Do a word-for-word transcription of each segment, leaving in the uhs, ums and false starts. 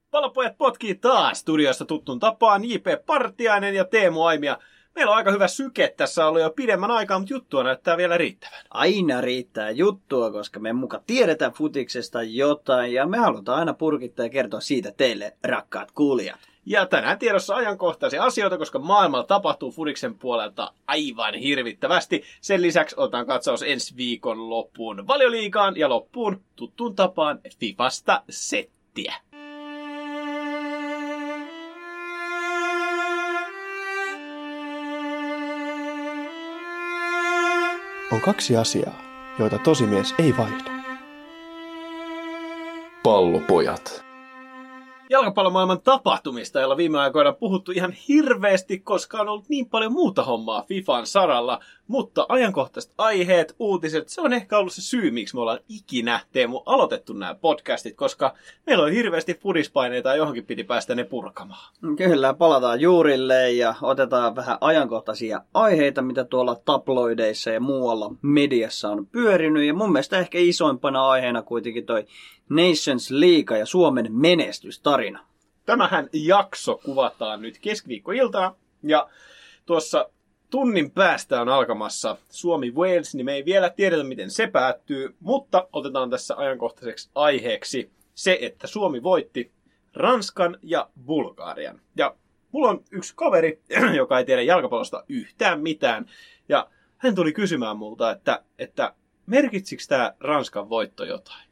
Palopojat potkii taas studiosta tuttuun tapaan J P Partiainen ja Teemu Aimia. Meillä on aika hyvä syke tässä ollut jo pidemmän aikaa, mutta juttua näyttää vielä riittävän. Aina riittää juttua, koska me muka tiedetään futiksesta jotain ja me halutaan aina purkittaa ja kertoa siitä teille, rakkaat kuulijat. Ja tänään tiedossa ajankohtaisia asioita, koska maailmalla tapahtuu futiksen puolelta aivan hirvittävästi. Sen lisäksi otetaan katsaus ensi viikon loppuun Valioliigaan ja loppuun tuttuun tapaan Fifasta settiä. On kaksi asiaa, joita tosimies ei vaihda. Pallopojat. Jalkapallomaailman tapahtumista, joilla viime aikoina on puhuttu ihan hirveästi, koska on ollut niin paljon muuta hommaa Fifan saralla. Mutta ajankohtaiset aiheet, uutiset, se on ehkä ollut se syy, miksi me ollaan ikinä, Teemu, aloitettu nämä podcastit, koska meillä on hirveästi fudispaineita ja johonkin piti päästä ne purkamaan. Kyllä, palataan juurille ja otetaan vähän ajankohtaisia aiheita, mitä tuolla tabloideissa ja muualla mediassa on pyörinyt. Ja mun mielestä ehkä isoimpana aiheena kuitenkin toi Nations League ja Suomen menestystarina. Tämähän jakso kuvataan nyt keskiviikkoiltana ja tuossa tunnin päästä on alkamassa Suomi-Wales, niin me ei vielä tiedetä, miten se päättyy, mutta otetaan tässä ajankohtaiseksi aiheeksi se, että Suomi voitti Ranskan ja Bulgarian. Ja mulla on yksi kaveri, joka ei tiedä jalkapallosta yhtään mitään, ja hän tuli kysymään multa, että, että merkitsikö tämä Ranskan voitto jotain?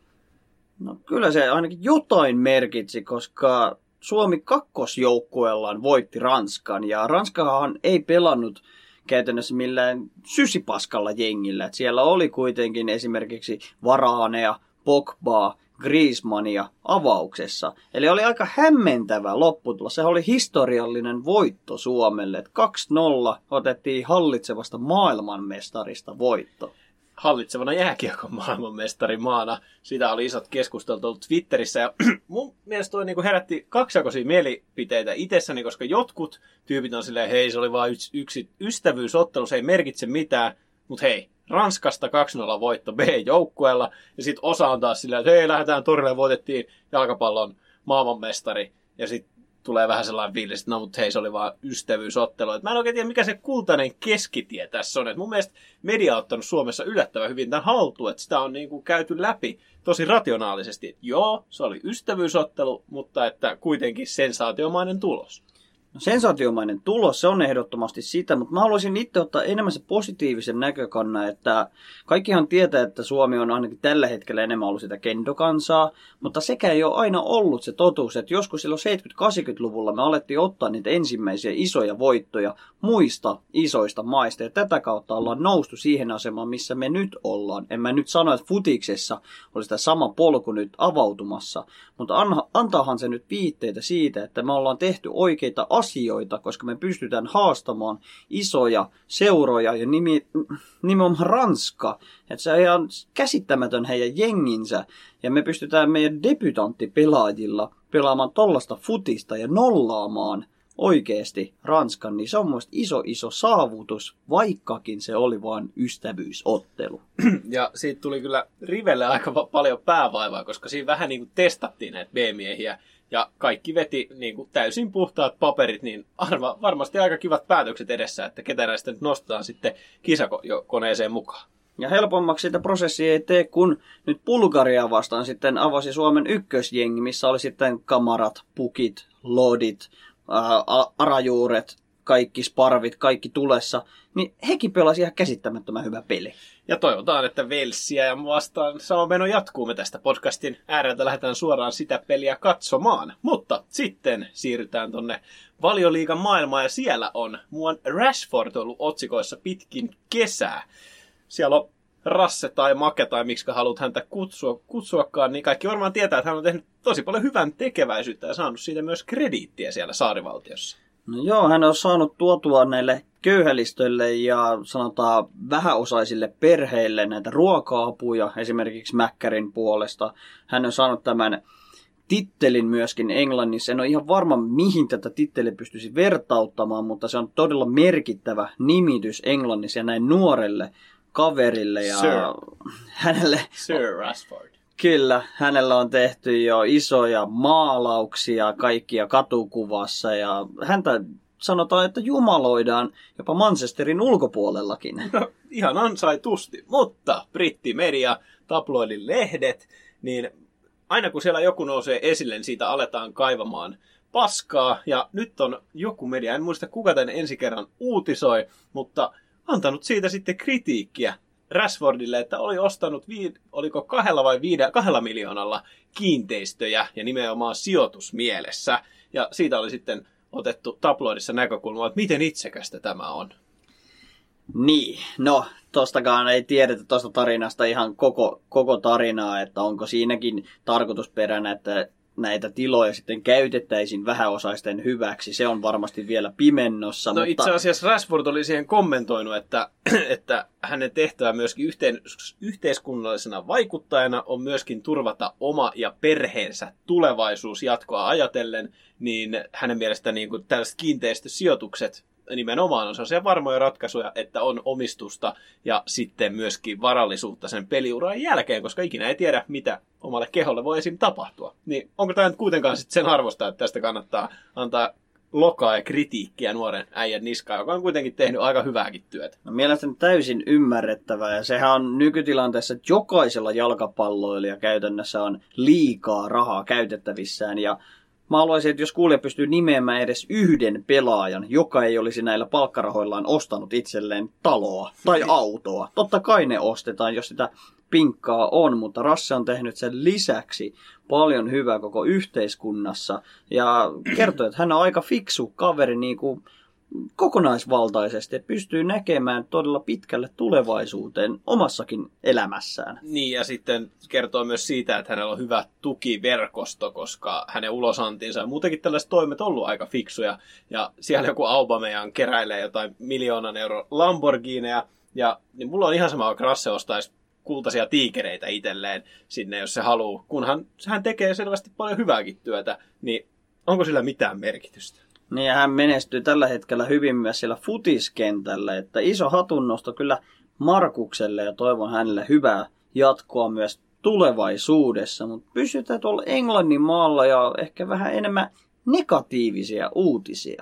No kyllä se ainakin jotain merkitsi, koska Suomi kakkosjoukkueellaan voitti Ranskan, ja Ranskahan ei pelannut käytännössä millään sysipaskalla jengillä. Et siellä oli kuitenkin esimerkiksi Varaanea, Pogbaa, Griezmannia avauksessa. Eli oli aika hämmentävä lopputulos. Se oli historiallinen voitto Suomelle. Et kaksi nolla otettiin hallitsevasta maailmanmestarista voitto. Hallitsevana jääkiekon maailmanmestarimaana. Sitä oli isot keskustelut ollut Twitterissä. Ja mun mielestä toi niinku herätti kaksijakoisia mielipiteitä itsessäni, koska jotkut tyypit on silleen, hei, se oli vain yksi, yksi ystävyysottelu, se ei merkitse mitään. Mutta hei, Ranskasta kaksi nolla voitto B-joukkueella. Ja sitten osa on taas silleen, että hei, lähdetään torille, voitettiin jalkapallon maailmanmestari. Ja sitten tulee vähän sellainen fiilis, että no, mutta hei, se oli vaan ystävyysottelu. Et mä en oikein tiedä, mikä se kultainen keskitie tässä on. Et mun mielestä media on ottanut Suomessa yllättävän hyvin tämän haltuun, että sitä on niinku käyty läpi tosi rationaalisesti. Joo, se oli ystävyysottelu, mutta että kuitenkin sensaatiomainen tulos. No, sensaatiomainen tulos, se on ehdottomasti sitä, mutta mä haluaisin itse ottaa enemmän se positiivisen näkökannan, että kaikkihan tietää, että Suomi on ainakin tällä hetkellä enemmän ollut sitä kendokansaa, mutta sekä ei ole aina ollut se totuus, että joskus silloin seitsemänkymmentä-kahdeksankymmentäluvulla me alettiin ottaa niitä ensimmäisiä isoja voittoja muista isoista maista, ja tätä kautta ollaan noustu siihen asemaan, missä me nyt ollaan. En mä nyt sano, että futiksessa olisi sitä sama polku nyt avautumassa, mutta antaahan se nyt viitteitä siitä, että me ollaan tehty oikeita asioita, koska me pystytään haastamaan isoja seuroja ja nimi, nimenomaan Ranska. Että se on ihan käsittämätön heidän jenginsä ja me pystytään meidän debutanttipelaajilla pelaamaan tollasta futista ja nollaamaan oikeasti Ranskan, niin se on mun iso iso saavutus, vaikkakin se oli vain ystävyysottelu. Ja siitä tuli kyllä Rivelle aika paljon päävaivaa, koska siinä vähän niin kuin testattiin näitä B-miehiä. Ja kaikki veti niin kuin täysin puhtaat paperit, niin arva, varmasti aika kivat päätökset edessä, että ketä näistä nyt nostetaan sitten kisakoneeseen mukaan. Ja helpommaksi sitä prosessia ei tee, kun nyt Bulgaria vastaan sitten avasi Suomen ykkösjengi, missä oli sitten kamarat, pukit, lodit, ää, arajuuret, kaikki sparvit, kaikki tulessa, niin hekin pelasi ihan käsittämättömän hyvä peli. Ja toivotaan, että Velsiä ja vastaan sama meno jatkuu. Me tästä podcastin ääreltä lähdetään suoraan sitä peliä katsomaan. Mutta sitten siirrytään tonne Valioliigan maailmaan ja siellä on muuan Rashford ollut otsikoissa pitkin kesää. Siellä on Rasse tai Make tai miksi haluat häntä kutsua, kutsuakaan, niin kaikki varmaan tietää, että hän on tehnyt tosi paljon hyvän tekeväisyyttä ja saanut siitä myös krediittiä siellä saarivaltiossa. No joo, hän on saanut tuotua näille köyhälistöille ja sanotaan vähäosaisille perheille näitä ruoka-apuja, esimerkiksi Mäkkärin puolesta. Hän on saanut tämän tittelin myöskin Englannissa. En ole ihan varma, mihin tätä titteliä pystyisi vertauttamaan, mutta se on todella merkittävä nimitys Englannissa ja näin nuorelle kaverille. Ja Sir. hänelle... Sir Rashford. Kyllä, hänellä on tehty jo isoja maalauksia kaikkia katukuvassa ja häntä sanotaan, että jumaloidaan jopa Manchesterin ulkopuolellakin. No, ihan ansaitusti, mutta brittimedia, tabloidin lehdet, niin aina kun siellä joku nousee esille, niin siitä aletaan kaivamaan paskaa. Ja nyt on joku media, en muista kuka tämän ensi kerran uutisoi, mutta antanut siitä sitten kritiikkiä Rashfordille, että oli ostanut, vii, oliko kahdella vai viide, kahdella miljoonalla kiinteistöjä ja nimenomaan sijoitusmielessä. Ja siitä oli sitten otettu tabloidissa näkökulmaa, että miten itsekästä tämä on. Niin, no tostakaan ei tiedetä tuosta tarinasta ihan koko, koko tarinaa, että onko siinäkin tarkoitusperänä, että näitä tiloja sitten käytettäisiin vähäosaisten hyväksi. Se on varmasti vielä pimennossa. No mutta itse asiassa Rashford oli siihen kommentoinut, että, että hänen tehtävä myöskin yhteen, yhteiskunnallisena vaikuttajana on myöskin turvata oma ja perheensä tulevaisuus jatkoa ajatellen, niin hänen mielestään niin kuin tällaiset kiinteistösijoitukset nimenomaan on sellaisia varmoja ratkaisuja, että on omistusta ja sitten myöskin varallisuutta sen peliuran jälkeen, koska ikinä ei tiedä, mitä omalle keholle voi esim. Tapahtua. Niin onko tämä nyt kuitenkaan sitten sen arvosta, että tästä kannattaa antaa lokaa ja kritiikkiä nuoren äijän niskaan, joka on kuitenkin tehnyt aika hyvääkin työtä? No, mielestäni täysin ymmärrettävää, ja sehän on nykytilanteessa, että jokaisella jalkapalloilija käytännössä on liikaa rahaa käytettävissään, ja mä haluaisin, että jos kuulija pystyy nimeämään edes yhden pelaajan, joka ei olisi näillä palkkarahoillaan ostanut itselleen taloa tai autoa. Totta kai ne ostetaan, jos sitä pinkkaa on, mutta Rasse on tehnyt sen lisäksi paljon hyvää koko yhteiskunnassa. Ja kertoo, että hän on aika fiksu kaveri niin kuin kokonaisvaltaisesti, että pystyy näkemään todella pitkälle tulevaisuuteen omassakin elämässään. Niin, ja sitten kertoo myös siitä, että hänellä on hyvä tukiverkosto, koska hänen ulosantinsa ja muutenkin tällaiset toimet on ollut aika fiksuja. Ja siellä joku Aubameyang keräilee jotain miljoonan euron Lamborghineja, ja niin mulla on ihan sama, että Rasse ostaisi kultaisia tiikereitä itselleen sinne, jos se haluaa. Kunhan hän tekee selvästi paljon hyvääkin työtä, niin onko sillä mitään merkitystä? Niin ja hän menestyy tällä hetkellä hyvin myös siellä futiskentällä, että iso hatunnosto kyllä Markukselle ja toivon hänelle hyvää jatkoa myös tulevaisuudessa, mutta pysytään tuolla Englannin maalla ja ehkä vähän enemmän negatiivisia uutisia.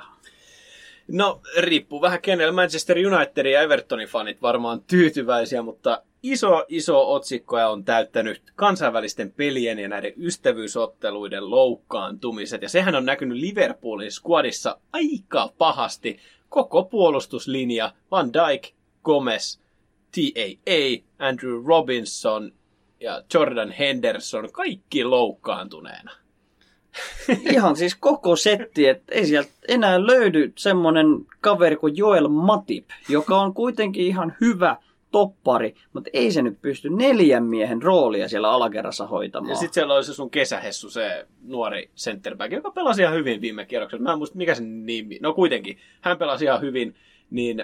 No, riippuu vähän kenellä. Manchester Unitedin ja Evertonin fanit varmaan tyytyväisiä, mutta iso, iso otsikkoja on täyttänyt kansainvälisten pelien ja näiden ystävyysotteluiden loukkaantumiset. Ja sehän on näkynyt Liverpoolin squadissa aika pahasti. Koko puolustuslinja, Van Dijk, Gomez, T A A, Andrew Robinson ja Jordan Henderson, kaikki loukkaantuneena. Ihan siis koko setti, että ei sieltä enää löydy semmoinen kaveri kuin Joel Matip, joka on kuitenkin ihan hyvä toppari, mutta ei se nyt pysty neljän miehen roolia siellä alakerrassa hoitamaan. Ja sitten siellä oli se sun kesähessu, se nuori centerback, joka pelasi ihan hyvin viime kierroksella. Mä en muista, mikä sen nimi. No kuitenkin, hän pelasi ihan hyvin, niin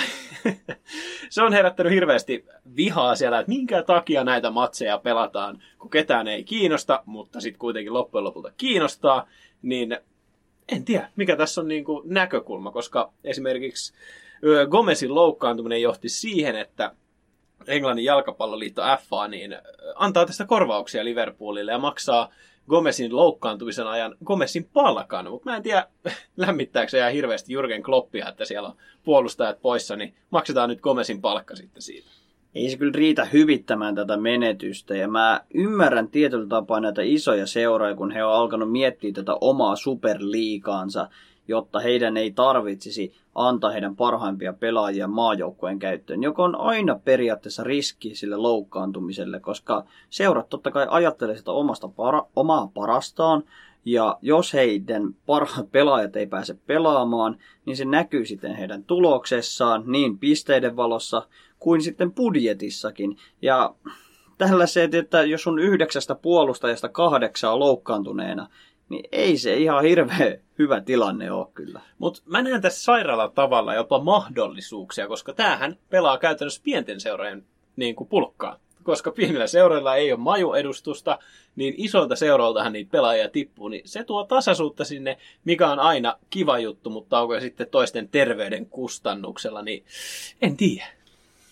se on herättänyt hirveästi vihaa siellä, että minkä takia näitä matseja pelataan, kun ketään ei kiinnosta, mutta sitten kuitenkin loppujen lopulta kiinnostaa, niin en tiedä, mikä tässä on niin kuin näkökulma, koska esimerkiksi Gomezin loukkaantuminen johti siihen, että Englannin jalkapalloliitto F A niin antaa tästä korvauksia Liverpoolille ja maksaa Gomezin loukkaantumisen ajan Gomezin palkan, mutta mä en tiedä, lämmittääkö se ihan hirveästi Jürgen Kloppia, että siellä on puolustajat poissa, niin maksetaan nyt Gomezin palkka sitten siitä. Ei se kyllä riitä hyvittämään tätä menetystä, ja mä ymmärrän tietyllä tapaa näitä isoja seuroja, kun he on alkanut miettiä tätä omaa superliikaansa, jotta heidän ei tarvitsisi antaa heidän parhaimpia pelaajia maajoukkueen käyttöön, joka on aina periaatteessa riski sille loukkaantumiselle, koska seurat totta kai ajattelee sitä omasta para, omaa parastaan, ja jos heidän parhaat pelaajat ei pääse pelaamaan, niin se näkyy sitten heidän tuloksessaan niin pisteiden valossa kuin sitten budjetissakin. Ja tällaiset, että jos on yhdeksästä puolustajasta kahdeksaa loukkaantuneena, niin ei se ihan hirveän hyvä tilanne ole kyllä. Mutta mä näen tässä sairaalla tavalla jopa mahdollisuuksia, koska tämähän pelaa käytännössä pienten seurojen niin kuin pulkkaa. Koska pienillä seuroilla ei ole majuedustusta, niin isolta seuroiltahan niitä pelaajia tippuu, niin se tuo tasaisuutta sinne, mikä on aina kiva juttu, mutta onko sitten toisten terveyden kustannuksella, niin en tiedä.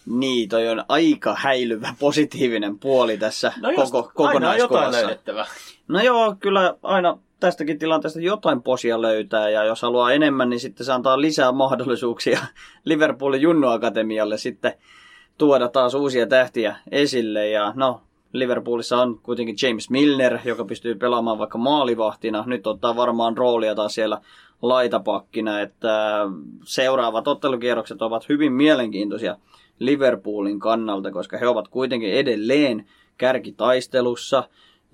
Niin, toi on aika häilyvä positiivinen puoli tässä no koko kokonaiskuvassa. Aina jotain löydettävää. No joo, kyllä aina tästäkin tilanteesta jotain posia löytää, ja jos haluaa enemmän, niin sitten se antaa lisää mahdollisuuksia Liverpoolin Junnu-akatemialle sitten tuoda taas uusia tähtiä esille. Ja no, Liverpoolissa on kuitenkin James Milner, joka pystyy pelaamaan vaikka maalivahtina. Nyt ottaa varmaan roolia taas siellä laitapakkina, että seuraavat ottelukierrokset ovat hyvin mielenkiintoisia Liverpoolin kannalta, koska he ovat kuitenkin edelleen kärkitaistelussa.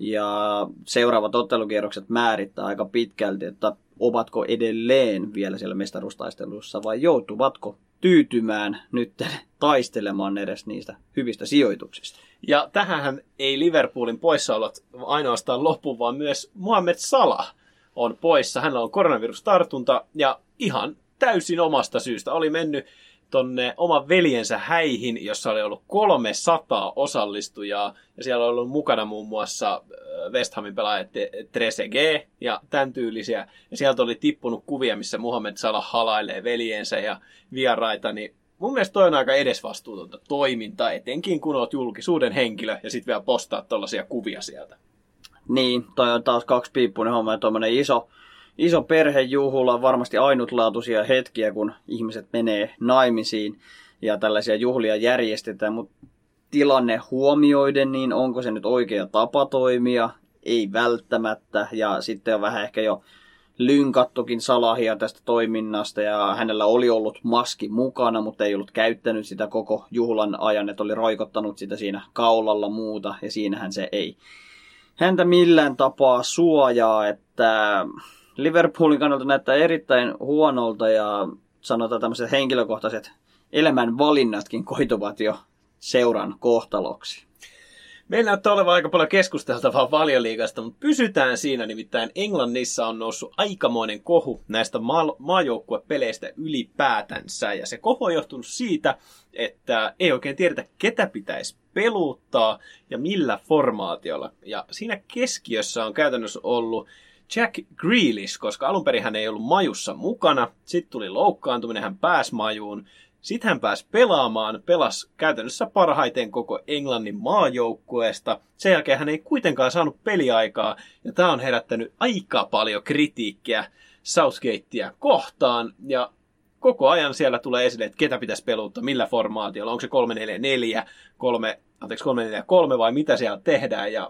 Ja seuraavat ottelukierrokset määrittää aika pitkälti, että ovatko edelleen vielä siellä mestaruustaistelussa vai joutuvatko tyytymään nyt taistelemaan edes niistä hyvistä sijoituksista. Ja tähänhän ei Liverpoolin poissaolot ainoastaan loppu, vaan myös Mohamed Salah on poissa. Hänellä on koronavirustartunta ja ihan täysin omasta syystä. Oli mennyt tonne oman veljensä häihin, jossa oli ollut kolmesataa osallistujaa. Ja siellä on ollut mukana muun muassa West Hamin pelaajat Trezeguet ja tämän tyylisiä. Ja sieltä oli tippunut kuvia, missä Mohamed Salah halailee veljensä ja vieraita. Niin mun mielestä toi on aika edesvastuutonta toimintaa, etenkin kun oot julkisuuden henkilö ja sit vielä postaa tollaisia kuvia sieltä. Niin, toi on taas kaksipiippunen homma ja tommonen iso, iso perhejuhla, varmasti ainutlaatuisia hetkiä, kun ihmiset menee naimisiin ja tällaisia juhlia järjestetään, mutta tilanne huomioiden, niin onko se nyt oikea tapa toimia? Ei välttämättä, ja sitten on vähän ehkä jo lynkattukin Salahia tästä toiminnasta, ja hänellä oli ollut maski mukana, mutta ei ollut käyttänyt sitä koko juhlan ajan, että oli roikottanut sitä siinä kaulalla muuta, ja siinähän se ei häntä millään tapaa suojaa, että Liverpoolin kannalta näyttää erittäin huonolta, ja sanotaan tämmöiset henkilökohtaiset elämän valinnatkin koituvat jo seuran kohtaloksi. Meillä näyttää olevan aika paljon keskusteltavaa Valioliigasta, mutta pysytään siinä, nimittäin Englannissa on noussut aikamoinen kohu näistä maa- maajoukkuepeleistä ylipäätänsä. Ja se kohu on johtunut siitä, että ei oikein tiedetä, ketä pitäisi peluuttaa ja millä formaatiolla. Ja siinä keskiössä on käytännössä ollut Jack Grealish, koska alun perin hän ei ollut majussa mukana. Sitten tuli loukkaantuminen, hän pääsi majuun. Sitten hän pääsi pelaamaan, pelasi käytännössä parhaiten koko Englannin maajoukkueesta. Sen jälkeen hän ei kuitenkaan saanut peliaikaa, ja tämä on herättänyt aika paljon kritiikkiä Southgatea kohtaan. Ja koko ajan siellä tulee esille, että ketä pitäisi peluuttaa, millä formaatiolla, onko se kolme neljä neljä, kolme, anteeksi, kolme neljä kolme vai mitä siellä tehdään. Ja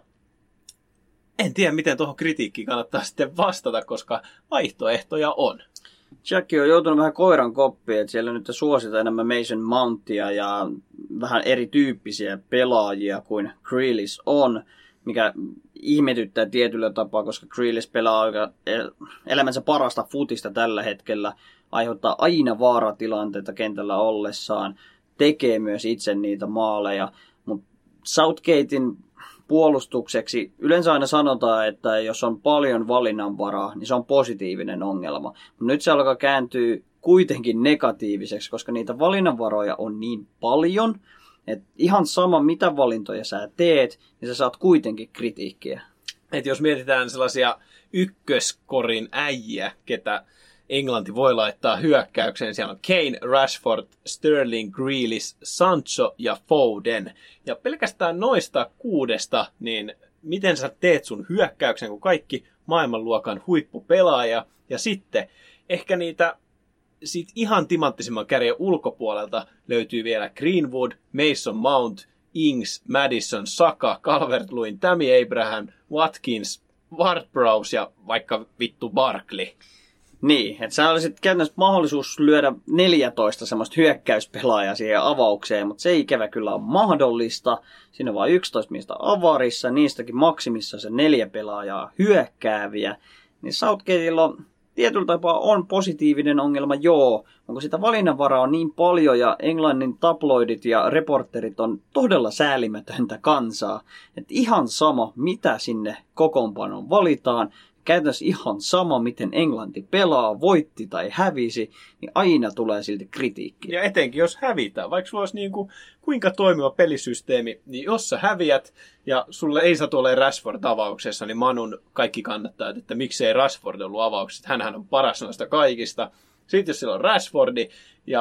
en tiedä, miten tuohon kritiikkiin kannattaa sitten vastata, koska vaihtoehtoja on. Jack on joutunut vähän koiran koppiin, että siellä nyt suositaan enemmän Mason Mountia ja vähän erityyppisiä pelaajia kuin Grealish on, mikä ihmetyttää tietyllä tapaa, koska Grealish pelaa aika elämänsä parasta futista tällä hetkellä, aiheuttaa aina vaaratilanteita kentällä ollessaan, tekee myös itse niitä maaleja, mutta Southgatein puolustukseksi yleensä aina sanotaan, että jos on paljon valinnanvaraa, niin se on positiivinen ongelma. Mutta nyt se alkaa kääntyä kuitenkin negatiiviseksi, koska niitä valinnanvaroja on niin paljon, että ihan sama mitä valintoja sä teet, niin sä saat kuitenkin kritiikkiä. Et jos mietitään sellaisia ykköskorin äijä, ketä Englanti voi laittaa hyökkäykseen. Siellä on Kane, Rashford, Sterling, Grealish, Sancho ja Foden. Ja pelkästään noista kuudesta, niin miten sä teet sun hyökkäyksen, kun kaikki maailmanluokan huippupelaaja. Ja sitten ehkä niitä siitä ihan timanttisimman kärjen ulkopuolelta löytyy vielä Greenwood, Mason Mount, Ings, Maddison, Saka, Calvert-Lewin, Tammy Abraham, Watkins, Ward-Prowse ja vaikka vittu Barkley. Niin, että sä olisit käytännössä mahdollisuus lyödä neljätoista semmoista hyökkäyspelaajaa siihen avaukseen, mutta se ei ikävä kyllä ole mahdollista. Siinä on vain yksitoista miestä avarissa, niistäkin maksimissa se neljä pelaajaa hyökkääviä. Niin Southgateilla on tietyllä tapaa on positiivinen ongelma, joo. Onko sitä valinnanvaraa on niin paljon ja Englannin tabloidit ja reporterit on todella säälimätöntä kansaa. Että ihan sama, mitä sinne kokoonpanoon valitaan. Käytännössä ihan sama, miten Englanti pelaa, voitti tai hävisi, niin aina tulee silti kritiikkiä. Ja etenkin jos hävitään, vaikka sulla olisi niin kuin, kuinka toimiva pelisysteemi, niin jos sä häviät ja sulle ei saa ole Rashford avauksessa, niin Manun kaikki kannattaa, että miksei Rashford ollut avauksessa, hänhän on paras noista kaikista. Sitten jos sillä on Rashfordi ja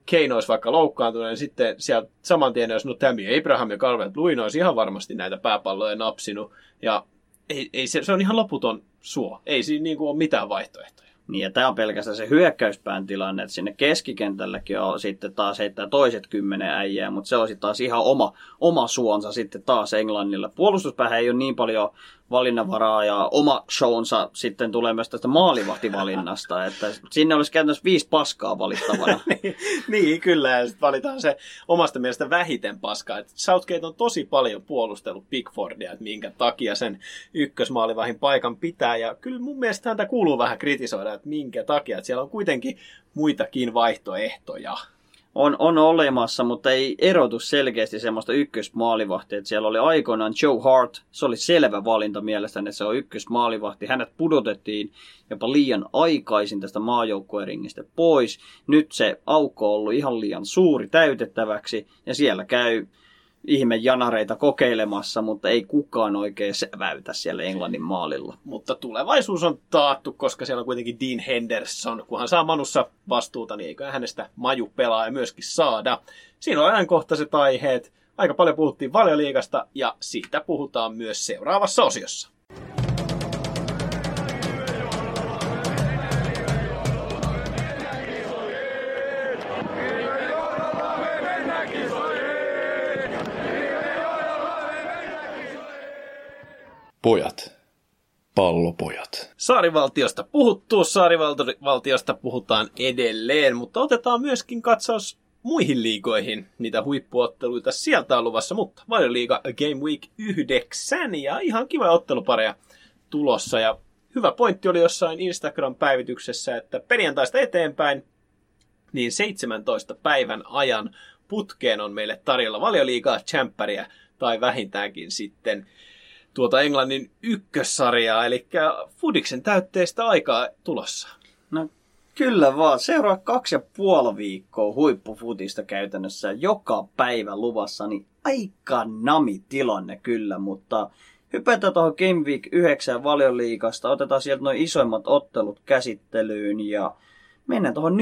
Kane olisi vaikka loukkaantunut, niin sitten sieltä saman tien, jos no Tammy Abraham ja Calvert-Lewin olisi ihan varmasti näitä pääpalloja napsinut. Ja ei, ei se, se on ihan loputon suo. Ei siinä niin kuin ole mitään vaihtoehtoja. Niin, ja tämä on pelkästään se hyökkäyspään tilanne, että sinne keskikentälläkin on sitten taas heittää toiset kymmenen äijää, mutta se on sitten taas ihan oma, oma suonsa sitten taas Englannilla. Puolustuspäähän ei ole niin paljon valinnanvaraa ja oma shownsa sitten tulee myös tästä maalivahtivalinnasta, että sinne olisi käytännössä viisi paskaa valittavana. niin, niin, kyllä, ja sitten valitaan se omasta mielestä vähiten paskaa. Et Southgate on tosi paljon puolustellut Pickfordia, että minkä takia sen ykkösmaalivahin paikan pitää, ja kyllä mun mielestä häntä kuuluu vähän kritisoida, että minkä takia, että siellä on kuitenkin muitakin vaihtoehtoja. On, on olemassa, mutta ei erotu selkeästi semmoista ykkösmaalivahtia. Että siellä oli aikoinaan Joe Hart, se oli selvä valinta mielestäni, että se on ykkösmaalivahti. Hänet pudotettiin jopa liian aikaisin tästä maajoukkueringistä pois. Nyt se aukko on ollut ihan liian suuri täytettäväksi ja siellä käy ihmejanareita kokeilemassa, mutta ei kukaan oikein säväytä siellä Englannin maalilla. Mutta tulevaisuus on taattu, koska siellä on kuitenkin Dean Henderson. Kunhan saa Manussa vastuuta, niin eiköhän hänestä maju pelaaja myöskin saada. Siinä on ajankohtaiset aiheet. Aika paljon puhuttiin Valioliigasta ja siitä puhutaan myös seuraavassa osiossa. Pojat. Pallopojat. Saarivaltiosta puhuttuu, saarivaltiosta puhutaan edelleen, mutta otetaan myöskin katsaus muihin liigoihin. Niitä huippuotteluita sieltä on luvassa, mutta Valioliiga Game Week yhdeksän ja ihan kiva ottelupareja tulossa. Ja hyvä pointti oli jossain Instagram-päivityksessä, että perjantaista eteenpäin niin seitsemäntoista päivän ajan putkeen on meille tarjolla Valioliigaa, Champäriä tai vähintäänkin sitten tuota Englannin ykkössarjaa, eli Fudiksen täytteistä aikaa tulossa. No kyllä vaan. Seuraa kaksi ja puoli viikkoa huippufutista käytännössä joka päivä luvassa, niin aika nami tilanne kyllä, mutta hypätään tuohon Game Week yhdeksän Valioliigasta, otetaan sieltä noin isoimmat ottelut käsittelyyn ja mennään tuohon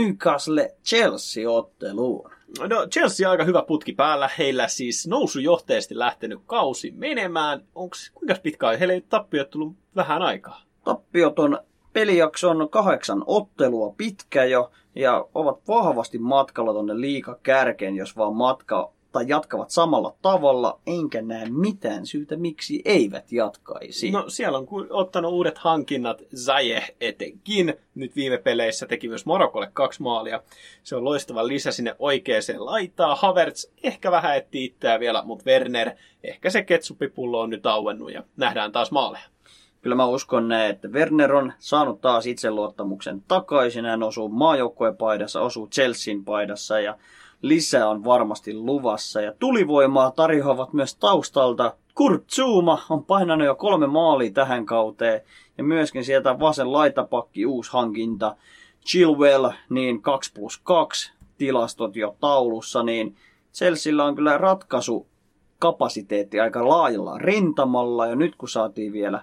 Newcastle-Chelsea-otteluun. No Chelsea on aika hyvä putki päällä. Heillä siis nousujohteisesti lähtenyt kausi menemään. Onks, kuinka pitkään? Heillä ei tappiot tullut vähän aikaa. Tappiot on pelijakson kahdeksan ottelua pitkä jo ja ovat vahvasti matkalla tuonne liigakärkeen, jos vaan matka tai jatkavat samalla tavalla, enkä näe mitään syytä, miksi eivät jatkaisi. No siellä on ottanut uudet hankinnat, Zayeh etenkin. Nyt viime peleissä teki myös Morokolle kaksi maalia. Se on loistava lisä sinne oikeaan laitaan. Havertz ehkä vähän etsii itseään vielä, mutta Werner, ehkä se ketsuppipullo on nyt auennut ja nähdään taas maaleja. Kyllä mä uskon näin, että Werner on saanut taas itseluottamuksen takaisin. Hän osuu maajoukkueen paidassa, osuu Chelsean paidassa ja lisää on varmasti luvassa. Ja tulivoimaa tarjoavat myös taustalta. Kurt Zouma on painanut jo kolme maalia tähän kauteen. Ja myöskin sieltä vasen laitapakki uusi hankinta. Chilwell, niin kaksi plus kaksi tilastot jo taulussa. Niin Chelsealla on kyllä ratkaisukapasiteetti aika laajalla rintamalla. Ja nyt kun saatiin vielä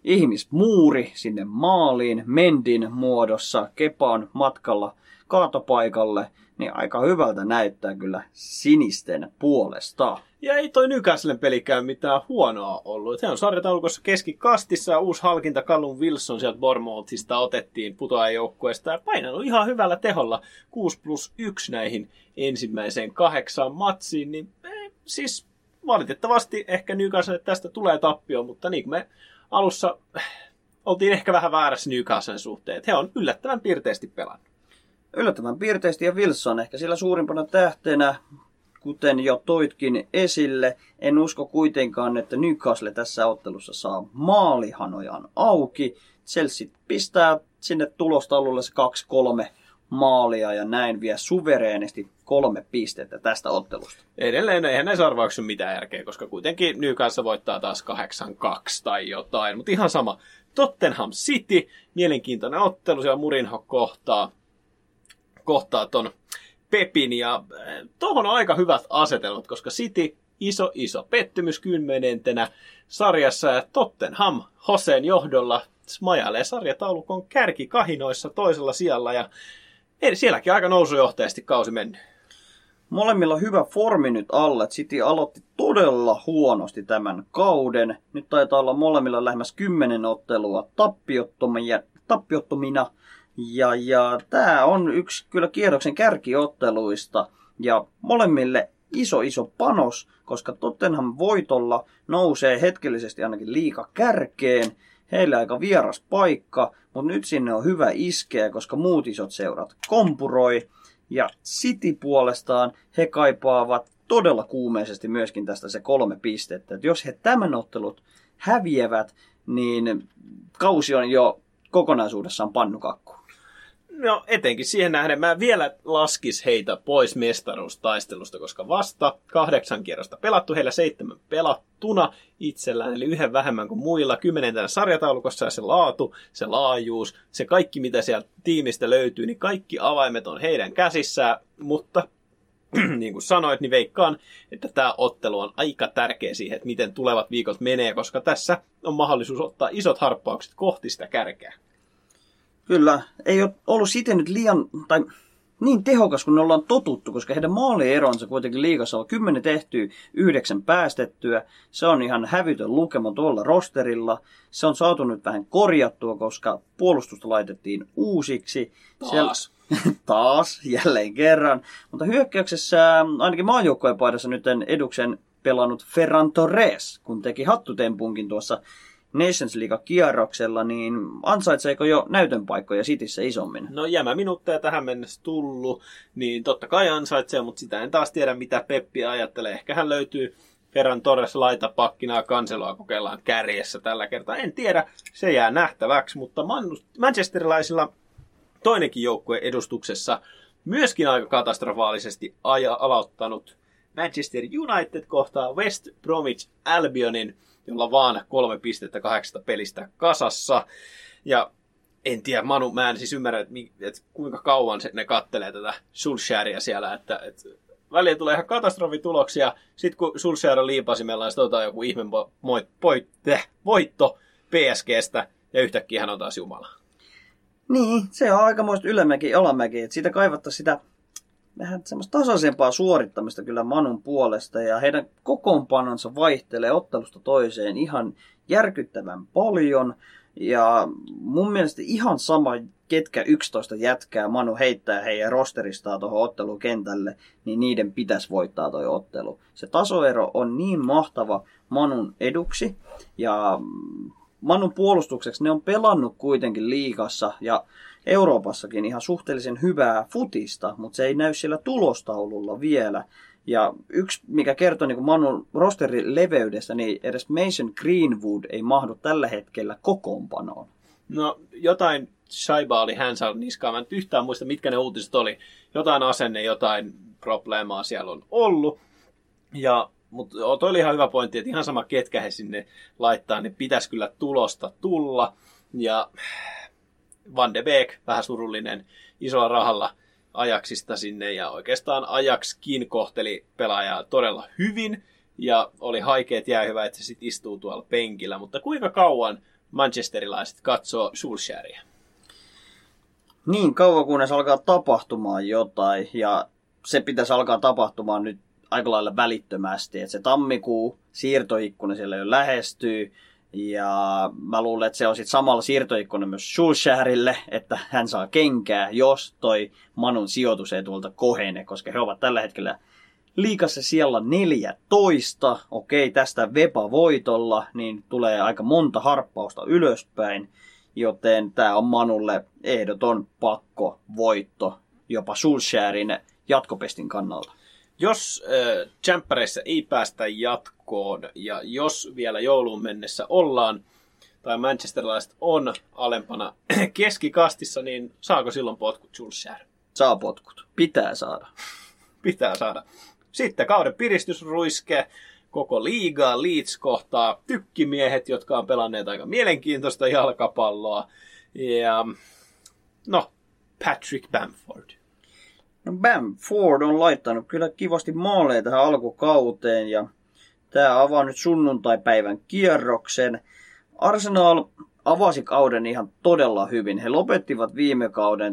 ihmismuuri sinne maaliin Mendin muodossa, Kepa on matkalla kaatopaikalle, niin aika hyvältä näyttää kyllä sinisten puolesta. Ja ei toi Newcastlen pelikään mitään huonoa ollut. He on sarjataulukossa keskikastissa. Uusi halkinta Callum Wilson sieltä Bournemouthista otettiin putoajajoukkueesta ja painanut ihan hyvällä teholla kuusi plus yksi näihin ensimmäiseen kahdeksaan matsiin. Niin, eh, siis valitettavasti ehkä Newcastle tästä tulee tappio, mutta niin kuin me alussa eh, oltiin ehkä vähän väärässä Newcastlen suhteen. He on yllättävän piirteisesti pelannut. Yllättävän piirteisesti ja Wilson ehkä sillä suurimpana tähtenä, kuten jo toitkin esille. En usko kuitenkaan, että Newcastle tässä ottelussa saa maalihanojaan auki. Chelsea pistää sinne tulostaululle se kaksi kolme maalia ja näin vie suvereenisti kolme pistettä tästä ottelusta. Edelleen eihän näissä arvauksissa mitään järkeä, koska kuitenkin Newcastle voittaa taas kahdeksan kaksi tai jotain. Mutta ihan sama. Tottenham City, mielenkiintoinen ottelu, siellä Mourinho kohtaa. kohtaa ton Pepin ja tuohon on aika hyvät asetelmat, koska City iso iso pettymys kymmenentenä sarjassa ja Tottenham Joseen johdolla smajailee sarjataulukon kärkikahinoissa toisella sijalla ja sielläkin aika nousujohteisesti kausi mennyt. molemmilla hyvä formi nyt alla. City aloitti todella huonosti tämän kauden. Nyt taitaa olla molemmilla lähemmäs kymmenen ottelua tappiottomia, tappiottomina. Ja, ja tämä on yksi kyllä kierroksen kärkiotteluista. Ja molemmille iso iso panos, koska Tottenham voitolla nousee hetkellisesti ainakin liiga kärkeen. Heillä aika vieras paikka, mutta nyt sinne on hyvä iskeä, koska muut isot seurat kompuroi. Ja City puolestaan he kaipaavat todella kuumeisesti myöskin tästä se kolme pistettä. Et jos he tämän ottelut häviävät, niin kausi on jo kokonaisuudessaan pannukakku. No etenkin siihen nähden mä vielä laskis heitä pois mestaruustaistelusta, koska vasta kahdeksan kierrosta pelattu, heillä seitsemän pelattuna itsellään, eli yhden vähemmän kuin muilla, kymmenen tämän sarjataulukossa ja se laatu, se laajuus, se kaikki mitä sieltä tiimistä löytyy, niin kaikki avaimet on heidän käsissään, mutta niin kuin sanoit, niin veikkaan, että tämä ottelu on aika tärkeä siihen, että miten tulevat viikot menee, koska tässä on mahdollisuus ottaa isot harppaukset kohti sitä kärkeä. Kyllä, ei ole ollut siten nyt liian, tai niin tehokas kuin ne ollaan totuttu, koska heidän maalieronsa kuitenkin liigassa on kymmenen tehtyä, yhdeksän päästettyä. Se on ihan hävytön lukema tuolla rosterilla. Se on saatu nyt vähän korjattua, koska puolustusta laitettiin uusiksi. Taas. Siellä, taas, jälleen kerran. Mutta hyökkäyksessä ainakin maajoukkojen paidassa nyt eduksen pelannut Ferran Torres, kun teki hattutempunkin tuossa Nations League-kierroksella, niin ansaitseeko jo näytön paikkoja Cityssä isommin? No jämä minuutteja tähän mennessä tullut, niin totta kai ansaitsee, mutta sitä en taas tiedä, mitä Peppi ajattelee. Ehkä hän löytyy Ferran Torres laitapakkina ja Canceloa kokeillaan kärjessä tällä kertaa. En tiedä, se jää nähtäväksi, mutta manchesterilaisilla toinenkin joukkue edustuksessa myöskin aika katastrofaalisesti aja- aloittanut Manchester United kohtaa West Bromwich Albionin, jolla vaan kolme pistettä kahdeksasta pelistä kasassa. Ja en tiedä, Manu, mä en siis ymmärrä, että, että kuinka kauan se, ne kattelee tätä Solskjaeria siellä, että, että väliin tulee ihan katastrofituloksia. Sitten kun Solskjaer on liipasimella, niin otetaan joku ihme voitto P S G:stä, ja yhtäkkiä hän on taas Jumala. Niin, se on aikamoista ylämäki, alamäki, että siitä kaivattaisiin sitä vähän semmoista tasaisempaa suorittamista kyllä Manun puolesta, ja heidän kokoonpanonsa vaihtelee ottelusta toiseen ihan järkyttävän paljon, ja mun mielestä ihan sama, ketkä yksitoista jätkää Manu heittää heidän rosteristaan tuohon ottelukentälle, niin niiden pitäisi voittaa toi ottelu. Se tasoero on niin mahtava Manun eduksi, ja Manun puolustukseksi ne on pelannut kuitenkin liigassa, ja Euroopassakin ihan suhteellisen hyvää futista, mutta se ei näy siellä tulostaululla vielä. Ja yksi, mikä kertoo niin kuin Manun rosterin leveydestä, niin edes Mason Greenwood ei mahdu tällä hetkellä kokoonpanoon. No jotain shaibaa oli hän saanut niskaan. Mä en yhtään muista, mitkä ne uutiset oli. Jotain asenne, jotain probleemaa siellä on ollut. Ja, mutta toi oli ihan hyvä pointti, että ihan sama ketkä he sinne laittaa, niin pitäisi kyllä tulosta tulla. Ja Van de Beek, vähän surullinen, isolla rahalla Ajaxista sinne, ja oikeastaan Ajaxkin kohteli pelaajaa todella hyvin, ja oli haikeet jäähyvä, että se sitten istuu tuolla penkillä, mutta kuinka kauan manchesterilaiset katsoo Solskjaeria? Niin kauan, kunnes alkaa tapahtumaan jotain, ja se pitäisi alkaa tapahtumaan nyt aika lailla välittömästi, että se tammikuu siirtoikkuna siellä jo lähestyy, ja mä luulen, että se on sitten samalla siirtoikkuna myös Solskjaerille, että hän saa kenkää, jos toi Manun sijoitus ei tuolta kohene, koska he ovat tällä hetkellä liigassa siellä neljätoista. Okei, tästä Vepa-voitolla niin tulee aika monta harppausta ylöspäin, joten tämä on Manulle ehdoton pakko voitto jopa Solskjaerin jatkopestin kannalta. Jos äh, tsemppäreissä ei päästä jatkoon, ja jos vielä jouluun mennessä ollaan, tai manchesterilaiset on alempana keskikastissa, niin saako silloin potkut Solskjaer? Saa potkut. Pitää saada. Pitää saada. Sitten kauden piristysruiske, koko liigaa Leeds kohtaa tykkimiehet, jotka on pelanneet aika mielenkiintoista jalkapalloa. Ja no, Patrick Bamford. No Bamford on laittanut kyllä kivasti maaleja tähän alkukauteen, ja tämä avaa nyt sunnuntai-päivän kierroksen. Arsenal avasi kauden ihan todella hyvin. He lopettivat viime kauden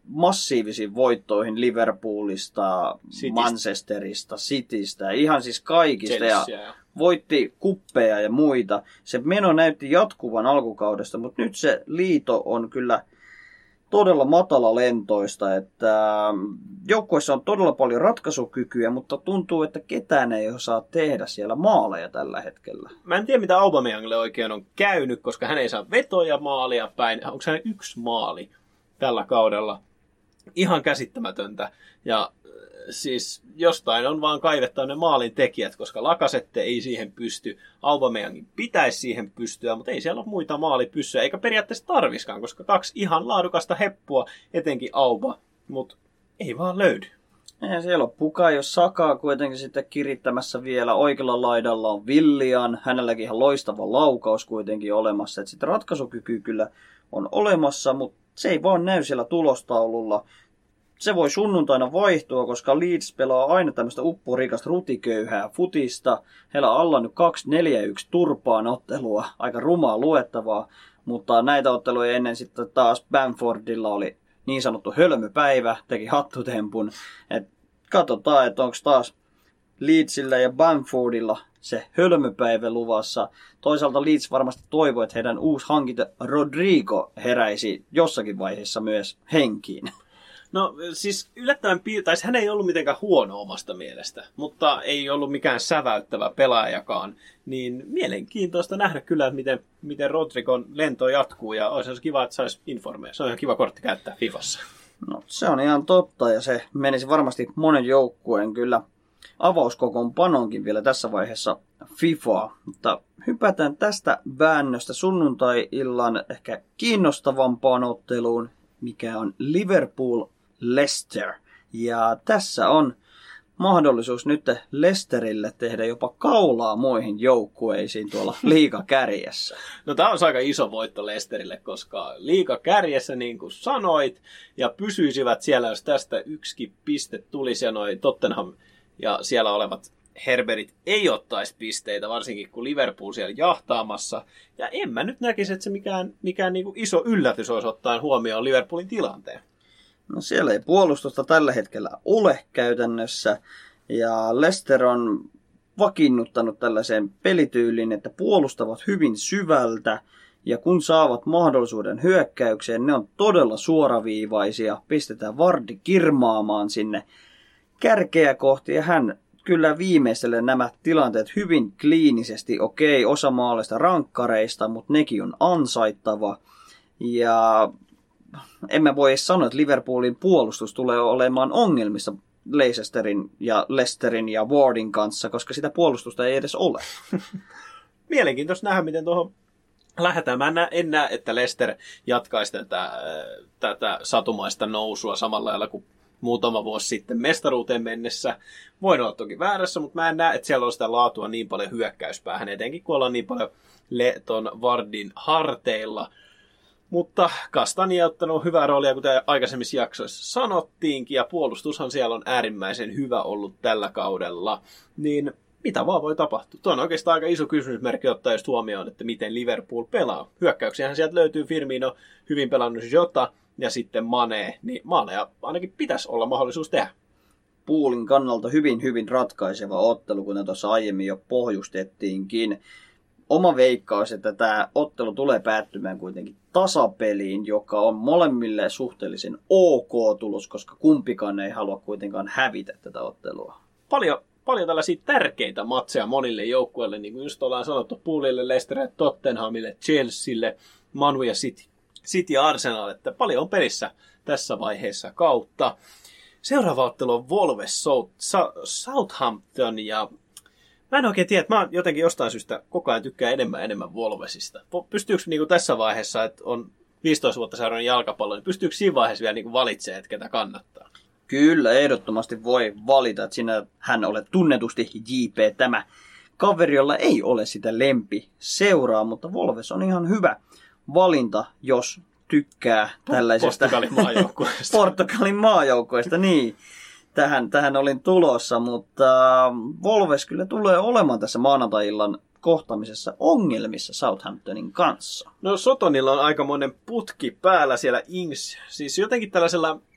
massiivisiin voittoihin Liverpoolista, Citystä. Manchesterista, Citystä, ihan siis kaikista. Chelsea, ja ja voitti kuppeja ja muita. Se meno näytti jatkuvan alkukaudesta, mutta nyt se liito on kyllä todella matalalentoista, että joukkueessa on todella paljon ratkaisukykyä, mutta tuntuu, että ketään ei osaa tehdä siellä maaleja tällä hetkellä. Mä en tiedä, mitä Aubameyangille oikein on käynyt, koska hän ei saa vetoja maalia päin. Onko hän yksi maali tällä kaudella? Ihan käsittämätöntä. Ja siis jostain on vaan kaivettava ne maalin tekijät, koska Lacazette ei siihen pysty. Aubameyangin pitäisi siihen pystyä, mutta ei siellä ole muita maalipyssyjä, eikä periaatteessa tarviskaan, koska kaksi ihan laadukasta heppua, etenkin Auba, mutta ei vaan löydy. Ja siellä on Bukayo Sakaa kuitenkin sitten kirittämässä vielä. Oikealla laidalla on Willian. Hänelläkin ihan loistava laukaus kuitenkin olemassa. Että sitten ratkaisukyky kyllä on olemassa, mutta se ei vaan näy siellä tulostaululla. Se voi sunnuntaina vaihtua, koska Leeds pelaa aina tämmöistä upporikasta rutiköyhää futista. Heillä on alla nyt kaksi neljä yksi turpaan ottelua. Aika rumaa luettavaa, mutta näitä otteluja ennen sitten taas Bamfordilla oli niin sanottu hölmöpäivä, teki hattutempun. Et katsotaan, että onko taas Leedsillä ja Bamfordilla se hölmöpäivä luvassa. Toisaalta Leeds varmasti toivoo, että heidän uusi hankinta Rodrigo heräisi jossakin vaiheessa myös henkiin. No siis yllättävän piirtäisi, hän ei ollut mitenkään huono omasta mielestä, mutta ei ollut mikään säväyttävä pelaajakaan. Niin mielenkiintoista nähdä kyllä, että miten, miten Rodrigon lento jatkuu ja olisi kiva, että saisi informeja. Se on ihan kiva kortti käyttää Fifassa. No se on ihan totta ja se menisi varmasti monen joukkueen kyllä avauskokoonpanonkin vielä tässä vaiheessa Fifaa. Mutta hypätään tästä väännöstä sunnuntai-illan ehkä kiinnostavampaan otteluun, mikä on Liverpool-Leicester. Ja tässä on mahdollisuus nyt Leicesterille tehdä jopa kaulaa muihin joukkueisiin tuolla liigakärjessä. No tämä on aika iso voitto Leicesterille, koska liigakärjessä niin kuin sanoit, ja pysyisivät siellä, jos tästä yksikin piste tulisi ja noi Tottenham ja siellä olevat Herberit ei ottaisi pisteitä, varsinkin kun Liverpool siellä jahtaamassa. Ja en mä nyt näkisi, että se mikään, mikään niin kuin iso yllätys olisi ottaen huomioon Liverpoolin tilanteen. No siellä ei puolustusta tällä hetkellä ole käytännössä. Ja Leicester on vakiinnuttanut tällaiseen pelityyliin, että puolustavat hyvin syvältä. Ja kun saavat mahdollisuuden hyökkäykseen, ne on todella suoraviivaisia. Pistetään Vardy kirmaamaan sinne kärkeä kohti ja hän kyllä viimeistelee nämä tilanteet hyvin kliinisesti. Okei, osa maaleista rankkareista, mutta nekin on ansaittava. Ja emme voi edes sanoa, että Liverpoolin puolustus tulee olemaan ongelmissa Leicesterin ja Leicesterin ja Wardin kanssa, koska sitä puolustusta ei edes ole. Mielenkiintoista nähdä, miten tuohon lähdetään. Mä en näe, en näe, että Leicester jatkaisi tätä, tätä satumaista nousua samalla lailla kuin muutama vuosi sitten mestaruuteen mennessä. Voin olla toki väärässä, mutta mä en näe, että siellä on sitä laatua niin paljon hyökkäyspäähän, etenkin kun ollaan niin paljon ton Vardin harteilla. Mutta Kastani on ottanut hyvää roolia, kuten aikaisemmissa jaksoissa sanottiinkin, ja puolustushan siellä on äärimmäisen hyvä ollut tällä kaudella. Niin mitä vaan voi tapahtua? Tuo on oikeastaan aika iso kysymysmerkki ottaa just huomioon, että miten Liverpool pelaa. Hyökkäyksiähän sieltä löytyy Firmino, hyvin pelannut Jota ja sitten Mane, niin maaleja ainakin pitäisi olla mahdollisuus tehdä. Poolin kannalta hyvin, hyvin ratkaiseva ottelu, kuten tuossa aiemmin jo pohjustettiinkin. Oma veikkaus, että tämä ottelu tulee päättymään kuitenkin tasapeliin, joka on molemmille suhteellisen ok tulos, koska kumpikaan ei halua kuitenkaan hävitä tätä ottelua. Paljon, paljon tällaisia tärkeitä matseja monille joukkueille, niin kuin just ollaan sanottu, Poolille, Leicesterille, Tottenhamille, Chelsealle, Manu ja City, City ja Arsenal, että paljon on pelissä tässä vaiheessa kautta. Seuraava ottelu on Wolves Southampton ja mä en oikein tiedä, että mä jotenkin jostain syystä koko ajan tykkään enemmän enemmän Wolvesista. Pystyykö niin kuin tässä vaiheessa, että on viisitoista vuotta seurannut jalkapalloa, niin pystyykö siinä vaiheessa vielä niin valitsemaan, että ketä kannattaa? Kyllä, ehdottomasti voi valita, että sinä hän olet tunnetusti J P, tämä kaveri, jolla ei ole sitä lempi seuraa, mutta Wolves on ihan hyvä valinta, jos tykkää tällaisesta Portugalin maajoukkueesta. Portugalin maajoukkueesta, niin. Tähän, tähän olin tulossa, mutta Wolves kyllä tulee olemaan tässä maanantai-illan kohtaamisessa ongelmissa Southamptonin kanssa. No Sotonilla on aikamoinen putki päällä siellä Ings. Siis jotenkin tällaisella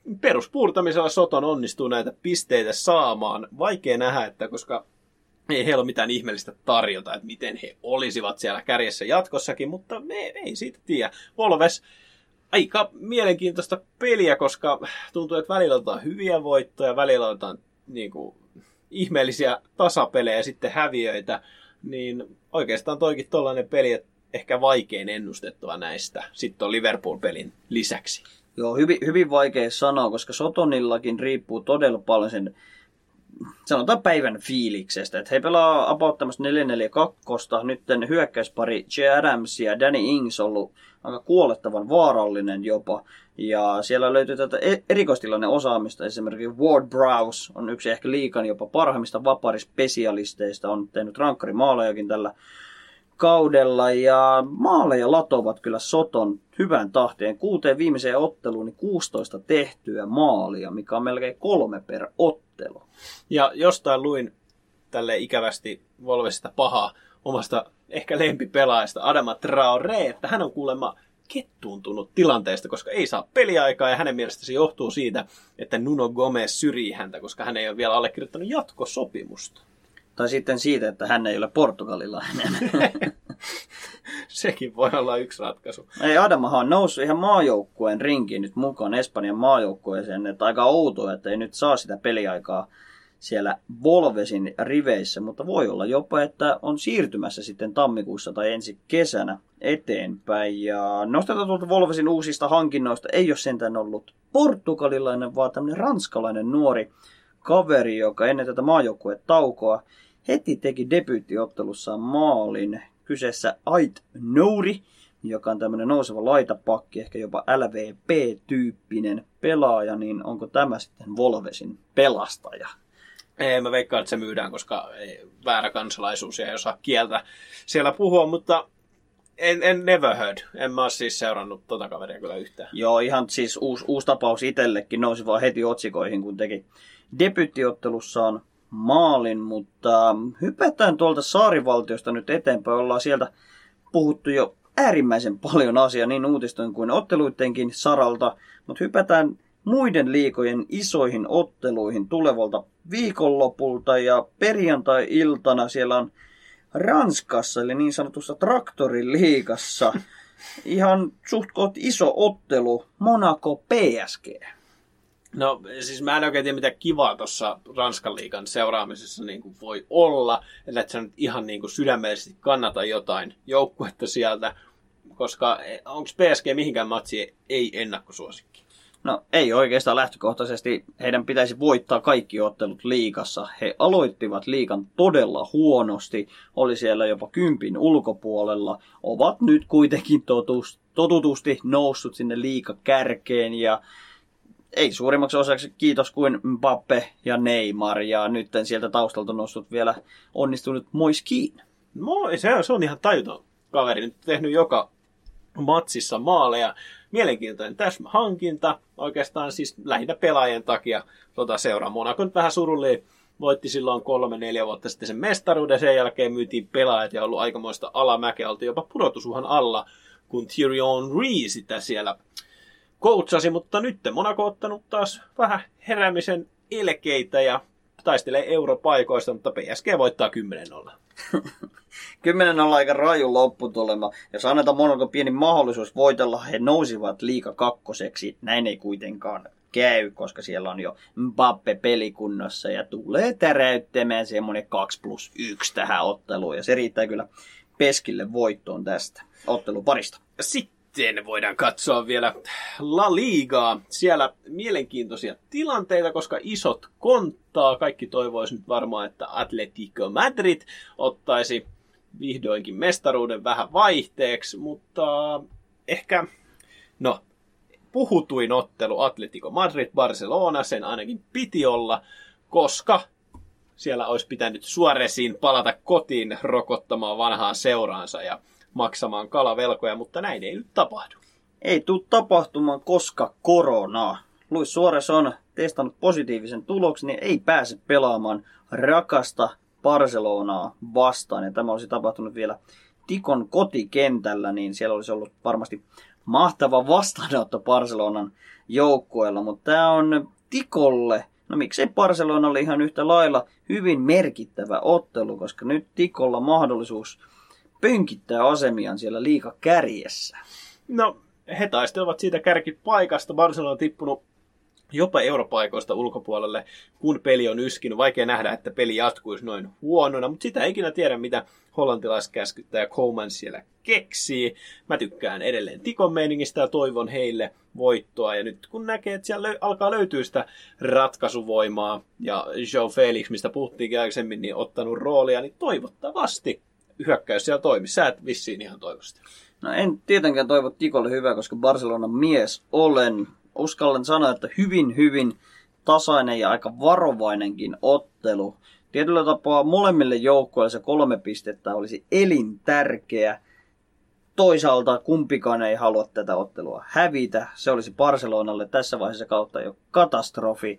peruspuurtamisella Soton onnistuu näitä pisteitä saamaan. Vaikea nähdä, että koska ei heillä ole mitään ihmeellistä tarjota, että miten he olisivat siellä kärjessä jatkossakin, mutta me ei siitä tiedä. Wolves, aika mielenkiintoista peliä, koska tuntuu, että välillä otetaan hyviä voittoja, välillä otetaan niin kuin, ihmeellisiä tasapelejä ja sitten häviöitä, niin oikeastaan toikin tollainen peli, että ehkä vaikein ennustettava näistä. Sitten on Liverpool-pelin lisäksi. Joo, hyvin, hyvin vaikea sanoa, koska Sotonillakin riippuu todella paljon sen, sanotaan päivän fiiliksestä. Että he pelaa about tämmöistä neljä neljä kaksi, nyt hyökkäyspari Che Adams ja Danny Ings on ollut aika kuolettavan vaarallinen jopa. Ja siellä löytyy tätä erikoistilanne osaamista. Esimerkiksi Ward Prowse on yksi ehkä liigan jopa parhaimmista vaparispesialisteista. On tehnyt rankkarimaalejakin tällä kaudella. Ja maaleja latovat kyllä Soton hyvän tahteen. Kuuteen viimeiseen otteluun niin kuusitoista tehtyä maalia, mikä on melkein kolme per ottelu. Ja jostain luin tälle ikävästi Wolvesista pahaa omasta ehkä lempipelaajasta Adama Traoré, että hän on kuulemma kettuuntunut tilanteesta, koska ei saa peliaikaa ja hänen mielestä se johtuu siitä, että Nuno Gomez syrjii häntä, koska hän ei ole vielä allekirjoittanut jatkosopimusta. Tai sitten siitä, että hän ei ole portugalilainen. Sekin voi olla yksi ratkaisu. Ei, Adamahan on noussut ihan maajoukkueen rinkiin nyt mukaan Espanjan maajoukkueeseen, että aika outoa, että ei nyt saa sitä peliaikaa siellä Wolvesin riveissä, mutta voi olla jopa, että on siirtymässä sitten tammikuussa tai ensi kesänä eteenpäin. Ja nostetaan tuolta Wolvesin uusista hankinnoista ei ole sentään ollut portugalilainen, vaan tämmöinen ranskalainen nuori kaveri, joka ennen tätä maajoukkuetaukoa heti teki debyyttiottelussaan maalin. Kyseessä Ait Nouri, joka on tämmöinen nouseva laitapakki, ehkä jopa L V P-tyyppinen pelaaja, niin onko tämä sitten Wolvesin pelastaja? Ei, mä veikkaan, että se myydään, koska ei, väärä kansalaisuus ja ei osaa kieltä siellä puhua, mutta en, en never heard. En mä ole siis seurannut tota kaveria kyllä yhtään. Joo, ihan siis uusi, uusi tapaus itsellekin, nousi vaan heti otsikoihin, kun teki debyyttiottelussaan maalin, mutta hypätään tuolta saarivaltiosta nyt eteenpäin. Ollaan sieltä puhuttu jo äärimmäisen paljon asiaa niin uutistojen kuin otteluidenkin saralta, mutta hypätään muiden liigojen isoihin otteluihin tulevalta viikonlopulta ja perjantai-iltana siellä on Ranskassa, eli niin sanotussa traktoriliigassa, ihan suht koht iso ottelu Monaco P S G. No siis mä en oikein tiedä, mitä kivaa tuossa Ranskan liigan seuraamisessa niin kuin voi olla, että sä nyt ihan niin kuin sydämellisesti kannata jotain joukkuetta sieltä, koska onko P S G mihinkään matsiin ei ennakkosuosikki? No ei oikeastaan lähtökohtaisesti. Heidän pitäisi voittaa kaikki ottelut liigassa. He aloittivat liigan todella huonosti. Oli siellä jopa kympin ulkopuolella. Ovat nyt kuitenkin totus, totutusti noussut sinne liigakärkeen ja ei suurimmaksi osaksi kiitos kuin Mbappe ja Neymar. Ja nyt sieltä taustalta noussut vielä onnistunut Moise Kean. No, se, on, se on ihan tajuton kaveri. Nyt tehnyt joka matsissa maaleja. Mielenkiintoinen täsmähankinta. Oikeastaan siis lähinnä pelaajien takia tota seuraa. Monaco nyt vähän surullinen. Voitti silloin kolme, neljä vuotta sitten sen mestaruuden. Sen jälkeen myytiin pelaajat ja ollut aikamoista alamäkeä. Oltiin jopa pudotusuhan alla, kun Thierry Henry sitä siellä coachasi. Mutta nyt Monaco on ottanut taas vähän heräämisen elkeitä ja taistelee europaikoista, mutta P S G voittaa kymmenen nolla. kymmenen nolla aika raju lopputulema. Jos annetaan Monaco pieni mahdollisuus voitella, he nousivat liiga kakkoseksi. Näin ei kuitenkaan käy, koska siellä on jo Mbappe pelikunnossa ja tulee täräyttämään semmoinen kaksi plus yksi tähän otteluun. Ja se riittää kyllä Peskille voittoon tästä otteluparista. Sitten voidaan katsoa vielä La Ligaa. Siellä mielenkiintoisia tilanteita, koska isot konttaa. Kaikki toivoisi nyt varmaan, että Atletico Madrid ottaisi vihdoinkin mestaruuden vähän vaihteeksi, mutta ehkä, no, puhutuin ottelu Atletico Madrid-Barcelona, sen ainakin piti olla, koska siellä olisi pitänyt Suarezin palata kotiin rokottamaan vanhaan seuraansa ja maksamaan kalavelkoja, mutta näin ei nyt tapahdu. Ei tule tapahtumaan, koska korona. Luis Suarez on testannut positiivisen tuloksen, niin ei pääse pelaamaan rakasta Barcelonaa vastaan. Ja tämä olisi tapahtunut vielä Tikon kotikentällä, niin siellä olisi ollut varmasti mahtava vastaanotto Barcelonan joukkueella, mutta tämä on Ticolle, no miksei Barcelonalle ihan yhtä lailla hyvin merkittävä ottelu, koska nyt Ticolla mahdollisuus pönkittää asemiaan siellä liigakärjessä. No, he taistelevat siitä kärkipaikasta. Barcelona on tippunut jopa europaikoista ulkopuolelle, kun peli on yskinyt. Vaikea nähdä, että peli jatkuisi noin huonona, mutta sitä ei ikinä tiedä, mitä hollantilaiskäskyttäjä Koeman siellä keksii. Mä tykkään edelleen Ticon meiningistä ja toivon heille voittoa. Ja nyt kun näkee, että siellä alkaa löytyä sitä ratkaisuvoimaa, ja João Felix, mistä puhuttiinkin aikaisemmin, niin ottanut roolia, niin toivottavasti hyökkäys siellä toimi. Sä et vissiin ihan toivo sitä. No en tietenkään toivo Ticolle hyvää, koska Barcelonan mies olen. Uskallan sanoa, että hyvin, hyvin tasainen ja aika varovainenkin ottelu. Tietyllä tapaa molemmille joukkueille se kolme pistettä olisi elintärkeä. Toisaalta kumpikaan ei halua tätä ottelua hävitä. Se olisi Barcelonalle tässä vaiheessa kautta jo katastrofi.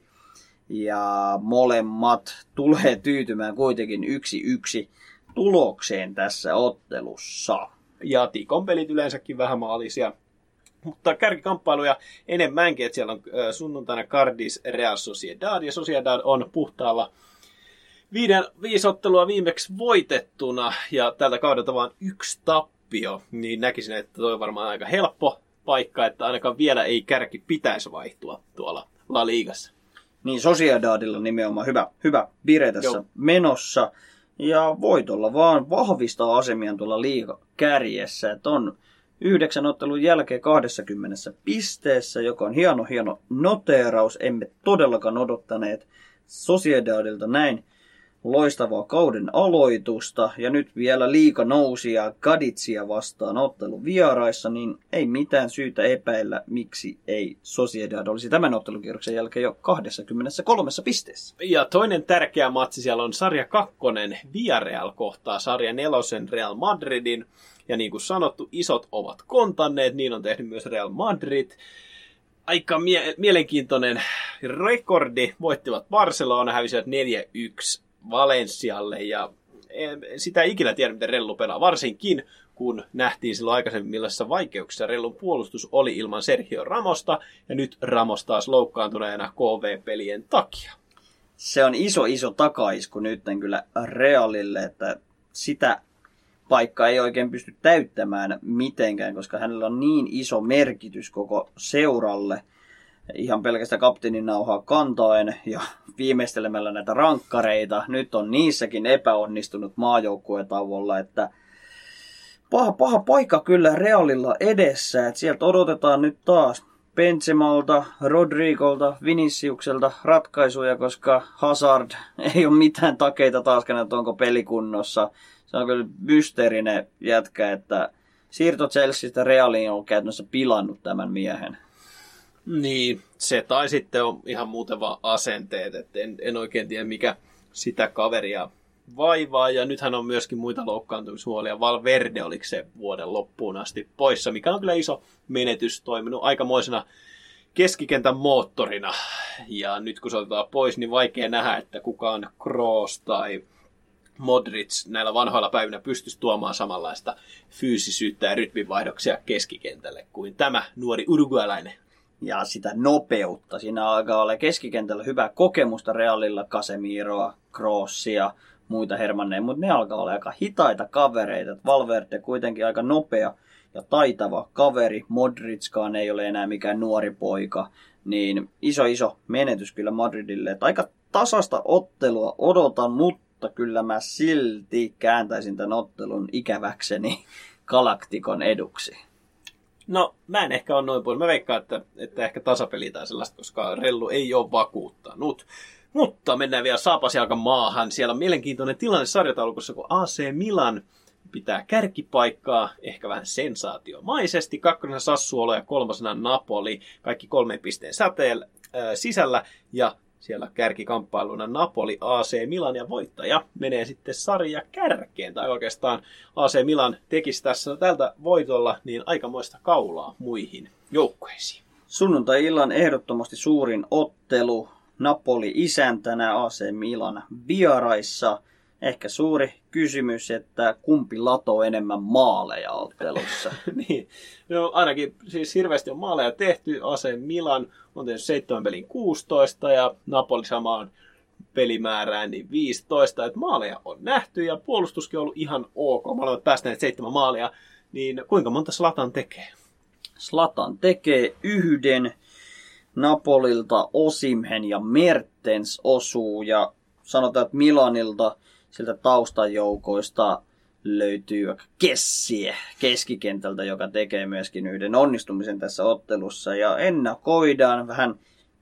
Ja molemmat tulee tyytymään kuitenkin yksi yksi tulokseen tässä ottelussa. Ja Ticon pelit yleensäkin vähän maalisia. Mutta kärkikamppailuja enemmänkin, että siellä on sunnuntaina Cardiff Real Sociedad, ja Sociedad on puhtaalla viiden, viisi ottelua viimeksi voitettuna, ja tältä kaudelta vaan yksi tappio, niin näkisin, että toi on varmaan aika helppo paikka, että ainakaan vielä ei kärki pitäisi vaihtua tuolla La Ligassa. Niin, Sociedadilla nimenomaan hyvä, hyvä vire tässä Joo. menossa, ja voitolla vaan vahvistaa asemiaan tuolla liigakärjessä, että on yhdeksän ottelun jälkeen kaksikymmentä pisteessä, joka on hieno, hieno noteeraus. Emme todellakaan odottaneet Sociedadilta näin loistavaa kauden aloitusta. Ja nyt vielä liiga nousi ja Cadizia vastaan ottelu vieraissa, niin ei mitään syytä epäillä, miksi ei Sociedad olisi tämän ottelukierroksen jälkeen jo kaksikymmentäkolme pisteessä. Ja toinen tärkeä matsi siellä on sarja kakkonen Villarreal kohtaa sarja nelosen Real Madridin. Ja niin kuin sanottu, isot ovat kontanneet, niin on tehnyt myös Real Madrid. Aika mie- mielenkiintoinen rekordi. Voittivat Barcelona, hävisivät neljä yksi Valencialle. Ja sitä ei ikinä tiedä, miten Rellu pelaa. Varsinkin, kun nähtiin silloin aikaisemmin, millaisissa vaikeuksissa Rellun puolustus oli ilman Sergio Ramosta. Ja nyt Ramos taas loukkaantuneena K V-pelien takia. Se on iso, iso takaisku nyt kyllä Realille, että sitä paikka ei oikein pysty täyttämään mitenkään, koska hänellä on niin iso merkitys koko seuralle. Ihan pelkästään kapteenin nauhaa kantaen ja viimeistelemällä näitä rankkareita. Nyt on niissäkin epäonnistunut maajoukkuetauolla, että paha, paha paikka kyllä Realilla edessä. Että sieltä odotetaan nyt taas Benzemalta, Rodrigolta, Viniciukselta ratkaisuja, koska Hazard ei ole mitään takeita taaskaan, että onko pelikunnossa. Se on kyllä mysteerinen jätkä, että siirto Chelseasta Realiin on käytännössä pilannut tämän miehen. Niin, se tai sitten on ihan muuten vaan asenteet, että en, en oikein tiedä mikä sitä kaveria vaivaa. Ja nythän on myöskin muita loukkaantumishuolia. Valverde oliko se vuoden loppuun asti poissa, mikä on kyllä iso menetys, toiminut aikamoisena keskikentän moottorina. Ja nyt kun se otetaan pois, niin vaikea nähdä, että kukaan Kroos tai Modric näillä vanhoilla päivinä pystyisi tuomaan samanlaista fyysisyyttä ja rytminvaihdoksia keskikentälle kuin tämä nuori uruguaylainen. Ja sitä nopeutta. Siinä alkaa olla keskikentällä hyvää kokemusta Realilla, Casemiroa, Kroosia, muita hermanneja, mutta ne alkaa olla aika hitaita kavereita. Valverde kuitenkin aika nopea ja taitava kaveri. Modrickaan ei ole enää mikään nuori poika. Niin iso iso menetys kyllä Madridille. Että aika tasasta ottelua odotan, mutta mutta kyllä mä silti kääntäisin tämän ottelun ikäväkseni Galacticon eduksi. No, mä en ehkä ole noin puolella. Mä veikkaan, että, että ehkä tasapeli tai sellaista, koska Rellu ei ole vakuuttanut. Mutta mennään vielä Saapasjalkan maahan. Siellä on mielenkiintoinen tilanne sarjataulukossa, kun A C Milan pitää kärkipaikkaa, ehkä vähän sensaatiomaisesti. Kakkosena Sassuolo ja kolmasena Napoli. Kaikki kolmen pisteen säteellä, äh, sisällä ja siellä kärkikamppailuna Napoli, A C Milan ja voittaja menee sitten sarja kärkeen. Tai oikeastaan A C Milan tekisi tässä tältä voitolla niin aikamoista kaulaa muihin joukkueisiin. Sunnuntai-illan ehdottomasti suurin ottelu. Napoli isäntänä, A C Milan vieraissa. ehkä suuri kysymys, että kumpi latoo enemmän maaleja ottelussa. Niin, no ainakin siis hirveästi on maaleja tehty. A C Milan on tehnyt seitsemän pelin kuusitoista ja Napoli samaan pelimäärään niin viisitoista. Et maaleja on nähty ja puolustuskin on ollut ihan ok. Me olemme päästäneet seitsemän maalia. Niin kuinka monta Zlatan tekee? Zlatan tekee yhden. Napolilta Osimhen ja Mertens osuu ja sanotaan, että Milanilta sieltä taustajoukoista löytyy Kessie keskikentältä, joka tekee myöskin yhden onnistumisen tässä ottelussa. Ja ennakoidaan vähän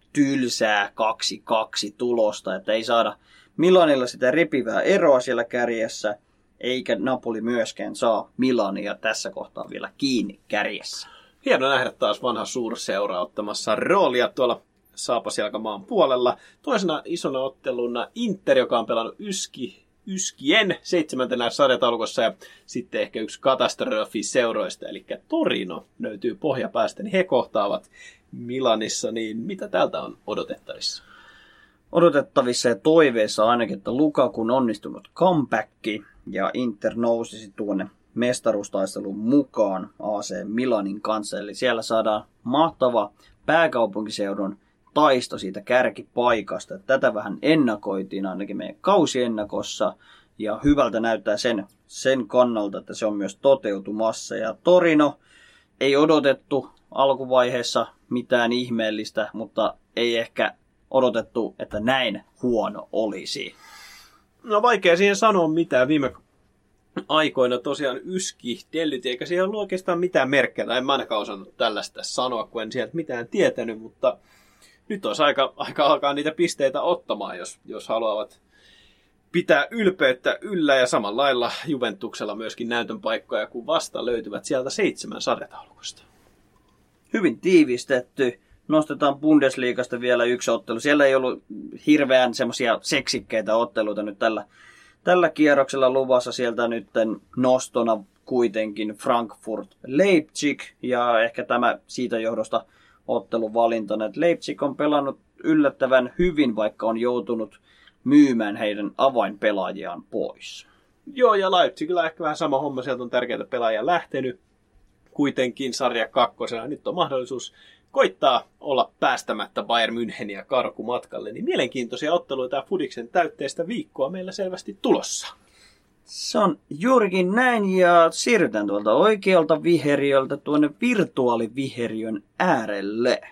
tylsää kaksi kaksi tulosta, että ei saada Milanilla sitä repivää eroa siellä kärjessä, eikä Napoli myöskään saa Milania tässä kohtaa vielä kiinni kärjessä. Hieno nähdä taas vanha suurseura ottamassa roolia tuolla Saapasjalkamaan puolella. Toisena isona otteluna Inter, joka on pelannut yski, yskien seitsemäntenä sarjataulukossa ja sitten ehkä yksi katastrofi seuroista, eli Torino löytyy pohjapäästä, niin he kohtaavat Milanissa, niin mitä tältä on odotettavissa? Odotettavissa ja toiveissa ainakin, että Lukakun onnistunut comeback ja Inter nousisi tuonne mestaruustaistelun mukaan A C Milanin kanssa. Eli siellä saadaan mahtava pääkaupunkiseudun taisto siitä kärkipaikasta. Tätä vähän ennakoitiin ainakin meidän kausiennakossa. Ja hyvältä näyttää sen, sen kannalta, että se on myös toteutumassa. Ja Torino ei odotettu alkuvaiheessa mitään ihmeellistä, mutta ei ehkä odotettu, että näin huono olisi. No vaikea siihen sanoa mitään. Viime aikoina tosiaan yski dellyt, eikä siihen ollut oikeastaan mitään merkkejä. En mä ainakaan osannut tällaista sanoa, kun en sieltä mitään tietänyt, mutta nyt olisi aika, aika alkaa niitä pisteitä ottamaan, jos, jos haluavat pitää ylpeyttä yllä. Ja samalla lailla Juventuksella myöskin näytön paikkoja, kun vasta löytyvät sieltä seitsemän sarjataulukosta. Hyvin tiivistetty. Nostetaan Bundesliigasta vielä yksi ottelu. Siellä ei ollut hirveän semmoisia seksikkeitä otteluita nyt tällä Tällä kierroksella luvassa. Sieltä nyt nostona kuitenkin Frankfurt Leipzig ja ehkä tämä siitä johdosta ottelun valintana, että Leipzig on pelannut yllättävän hyvin, vaikka on joutunut myymään heidän avainpelaajiaan pois. Joo, ja Leipzigillä ehkä vähän sama homma, sieltä on tärkeitä pelaajia lähtenyt kuitenkin sarja kakkosena. Nyt on mahdollisuus koittaa olla päästämättä Bayern Müncheniä karkumatkalle, niin mielenkiintoisia otteluita ja Fudiksen täytteistä viikkoa meillä selvästi tulossa. Se on juurikin näin ja siirrytään tuolta oikealta viheriöltä tuonne virtuaaliviheriön äärelle.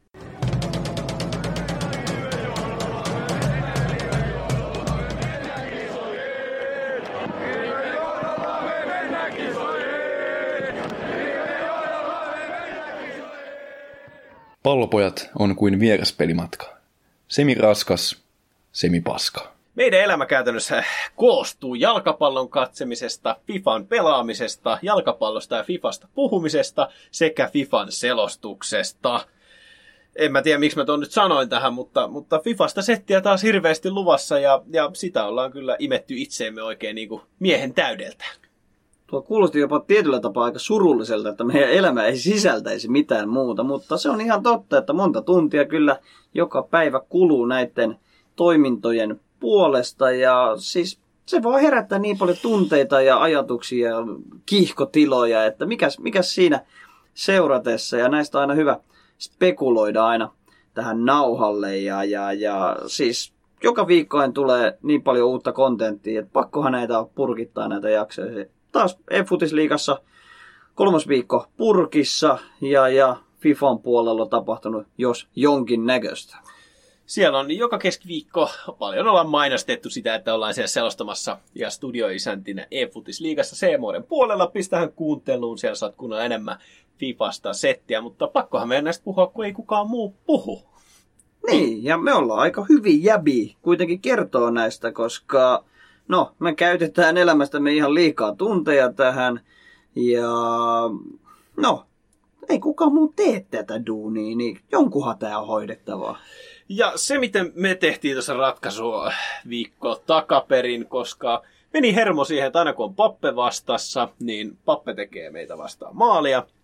Pallopojat on kuin vieraspelimatka. Semi raskas, semi paska. Meidän elämä käytännössä koostuu jalkapallon katsemisesta, FIFAn pelaamisesta, jalkapallosta ja FIFasta puhumisesta sekä FIFan selostuksesta. En mä tiedä, miksi mä ton nyt sanoin tähän, mutta, mutta FIFasta settiä taas hirveästi luvassa ja, ja sitä ollaan kyllä imetty itseemme oikein niin kuin miehen täydeltä. Tuo kuulosti jopa tietyllä tapaa aika surulliselta, että meidän elämä ei sisältäisi mitään muuta, mutta se on ihan totta, että monta tuntia kyllä joka päivä kuluu näiden toimintojen puolesta ja siis se voi herättää niin paljon tunteita ja ajatuksia ja kiihkotiloja, että mikäs, mikäs siinä seuratessa ja näistä on aina hyvä spekuloida aina tähän nauhalle ja, ja, ja siis joka viikkoin tulee niin paljon uutta kontenttia, että pakkohan näitä purkittaa näitä jaksoja. Taas eFutisliigassa kolmas viikko purkissa ja, ja FIFAn puolella on tapahtunut jos jonkin näköistä. Siellä on joka keskiviikko paljon ollaan mainostettu sitä, että ollaan siellä selostamassa ja studioisäntinä eFutisliigassa C-muoden puolella. Pistähän kuunteluun, siellä saat kuunnella enemmän FIFasta settiä, mutta pakkohan meidän näistä puhua, kun ei kukaan muu puhu. Niin, ja me ollaan aika hyvin jäbi kuitenkin kertoo näistä, koska no, me käytetään elämästämme ihan liikaa tunteja tähän ja no, ei kukaan muu tee tätä duunia, niin jonkunhan tää on hoidettavaa. Ja se, miten me tehtiin tuossa ratkaisua viikko takaperin, koska meni hermo siihen, että aina kun on Pappe vastassa, niin Pappe tekee meitä vastaan maalia.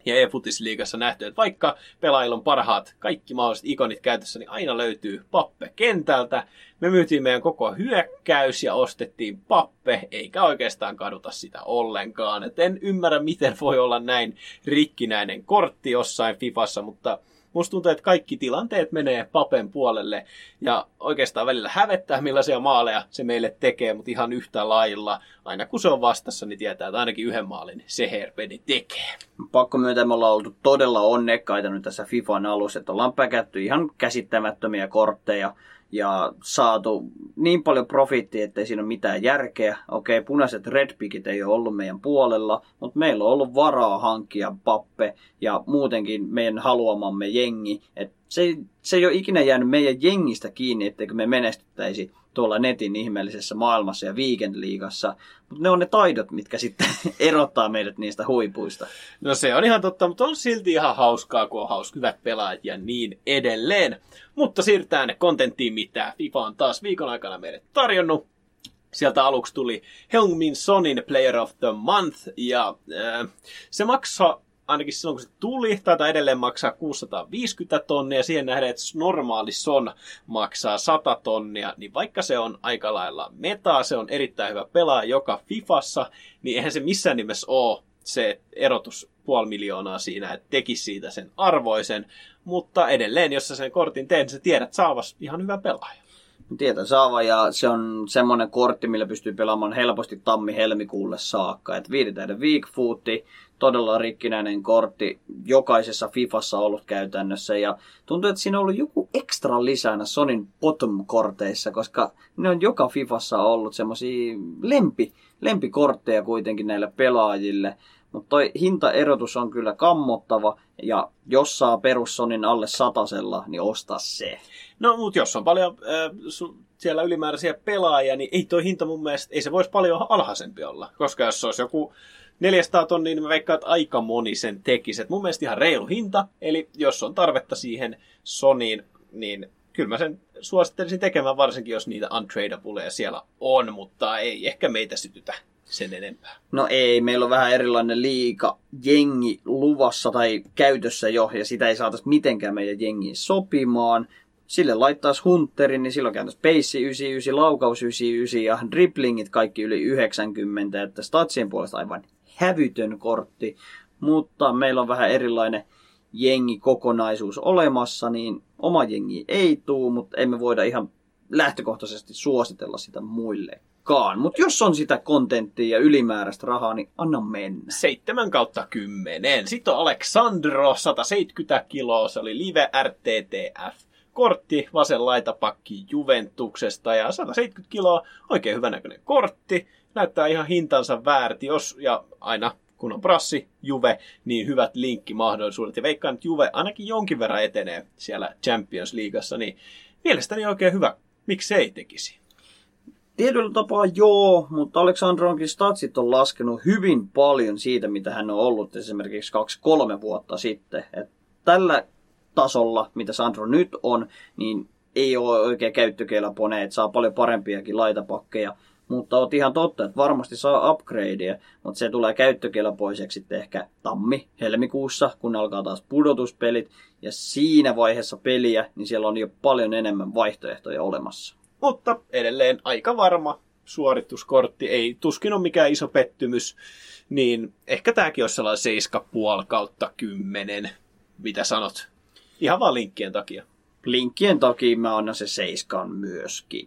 ja eFutisliigassa nähty, että vaikka pelaajilla on parhaat kaikki mahdolliset ikonit käytössä, niin aina löytyy Pappe kentältä. Me myytiin meidän koko hyökkäys ja ostettiin Pappe, eikä oikeastaan kaduta sitä ollenkaan. Et en ymmärrä, miten voi olla näin rikkinäinen kortti jossain Fifassa, mutta musta tuntuu, että kaikki tilanteet menee Papen puolelle ja oikeastaan välillä hävettää, millaisia maaleja se meille tekee, mutta ihan yhtä lailla. Aina kun se on vastassa, niin tietää, että ainakin yhden maalin se Herpeni tekee. Pakko myöntää, me ollaan oltu todella onnekkaita nyt tässä Fifan alussa, että ollaan päkätty ihan käsittämättömiä kortteja ja saatu niin paljon profiittia, ettei siinä ole mitään järkeä. Okei, punaiset redpickit ei ole ollut meidän puolella, mutta meillä on ollut varaa hankkia Pappe ja muutenkin meidän haluamamme jengi. Et se, se ei ole ikinä jäänyt meidän jengistä kiinni, etteikö me menestyttäisi tuolla netin ihmeellisessä maailmassa ja Weekend-liigassa. Mutta ne on ne taidot, mitkä sitten erottaa meidät niistä huipuista. No se on ihan totta, mutta on silti ihan hauskaa, kun on hauska hyvät pelaajat ja niin edelleen. Mutta siirrytään kontenttiin, mitä FIFA on taas viikon aikana meille tarjonnut. Sieltä aluksi tuli Heung-min Sonin Player of the Month ja äh, se maksaa ainakin silloin, kun se tuli, taitaa edelleen maksaa kuusisataaviisikymmentä tonnia, ja siihen nähdään, että normaali Son maksaa sata tonnia, niin vaikka se on aika lailla metaa, se on erittäin hyvä pelaaja joka Fifassa, niin eihän se missään nimessä ole se erotus puoli miljoonaa siinä, että tekisi siitä sen arvoisen, mutta edelleen, jos sä sen kortin teet, niin sä tiedät saavas ihan hyvä pelaaja. Tietä saava, ja se on semmoinen kortti, millä pystyy pelaamaan helposti tammi-helmikuulle saakka. Et viidetäiden Weakfootti, todella rikkinäinen kortti, jokaisessa Fifassa ollut käytännössä. Ja tuntuu, että siinä on ollut joku ekstra lisänä Sonin bottom-korteissa, koska ne on joka Fifassa ollut semmoisia lempi, lempikortteja kuitenkin näille pelaajille. Mutta toi hintaerotus on kyllä kammottava, ja jos saa perus Sonin alle satasella, niin osta se. No, mutta jos on paljon äh, su- siellä ylimääräisiä pelaajia, niin ei toi hinta mun mielestä, ei se voisi paljon alhaisempi olla. Koska jos se olisi joku neljäsataa tonnia, niin mä veikkaan, että aika moni sen tekisi. Et mun mielestä ihan reilu hinta, eli jos on tarvetta siihen Soniin, niin kyllä mä sen suosittelisin tekemään, varsinkin jos niitä untradableja siellä on, mutta ei ehkä meitä sytytä sen enempää. No ei, meillä on vähän erilainen liiga jengi luvassa tai käytössä jo, ja sitä ei saataisi mitenkään meidän jengiin sopimaan. Sille laittaisi Hunterin, niin silloin kääntäisi pace yhdeksänkymmentäyhdeksän, laukaus yhdeksänkymmentäyhdeksän ja driblingit kaikki yli yhdeksänkymmentä, että statsien puolesta aivan hävytön kortti, mutta meillä on vähän erilainen jengikokonaisuus olemassa, niin oma jengi ei tuu, mutta emme voida ihan lähtökohtaisesti suositella sitä muillekaan. Mutta jos on sitä kontenttia ja ylimääräistä rahaa, niin anna mennä. seitsemän kautta kymmenen. Sitten on Alexandro, sata seitsemänkymmentä kiloa, se oli Live R T T F. Kortti, vasen laitapakki Juventuksesta ja sata seitsemänkymmentä kiloa, oikein hyvän näköinen kortti. Näyttää ihan hintansa väärti, jos ja aina kun on brassi, Juve, niin hyvät linkkimahdollisuudet. Ja veikkaan, että Juve ainakin jonkin verran etenee siellä Champions Leagueassa, niin mielestäni oikein hyvä. Miksi se ei tekisi? Tietyllä tapaa joo, mutta Aleksandronkin statsit on laskenut hyvin paljon siitä, mitä hän on ollut esimerkiksi kaksi kolme vuotta sitten. Et tällä tasolla, mitä Sandro nyt on, niin ei ole oikein käyttökelpoinen, että saa paljon parempiakin laitapakkeja. Mutta oot ihan totta, että varmasti saa upgradeja, mutta se tulee käyttökelpoiseksi sitten ehkä tammi-helmikuussa, kun alkaa taas pudotuspelit. Ja siinä vaiheessa peliä, niin siellä on jo paljon enemmän vaihtoehtoja olemassa. Mutta edelleen aika varma suorituskortti, ei tuskin ole mikään iso pettymys, niin ehkä tämäkin olisi sellainen seitsemän pilkku viisi kautta kymmenen, mitä sanot, ihan vaan linkkien takia. Linkkien takia mä annan se seiskan myöskin.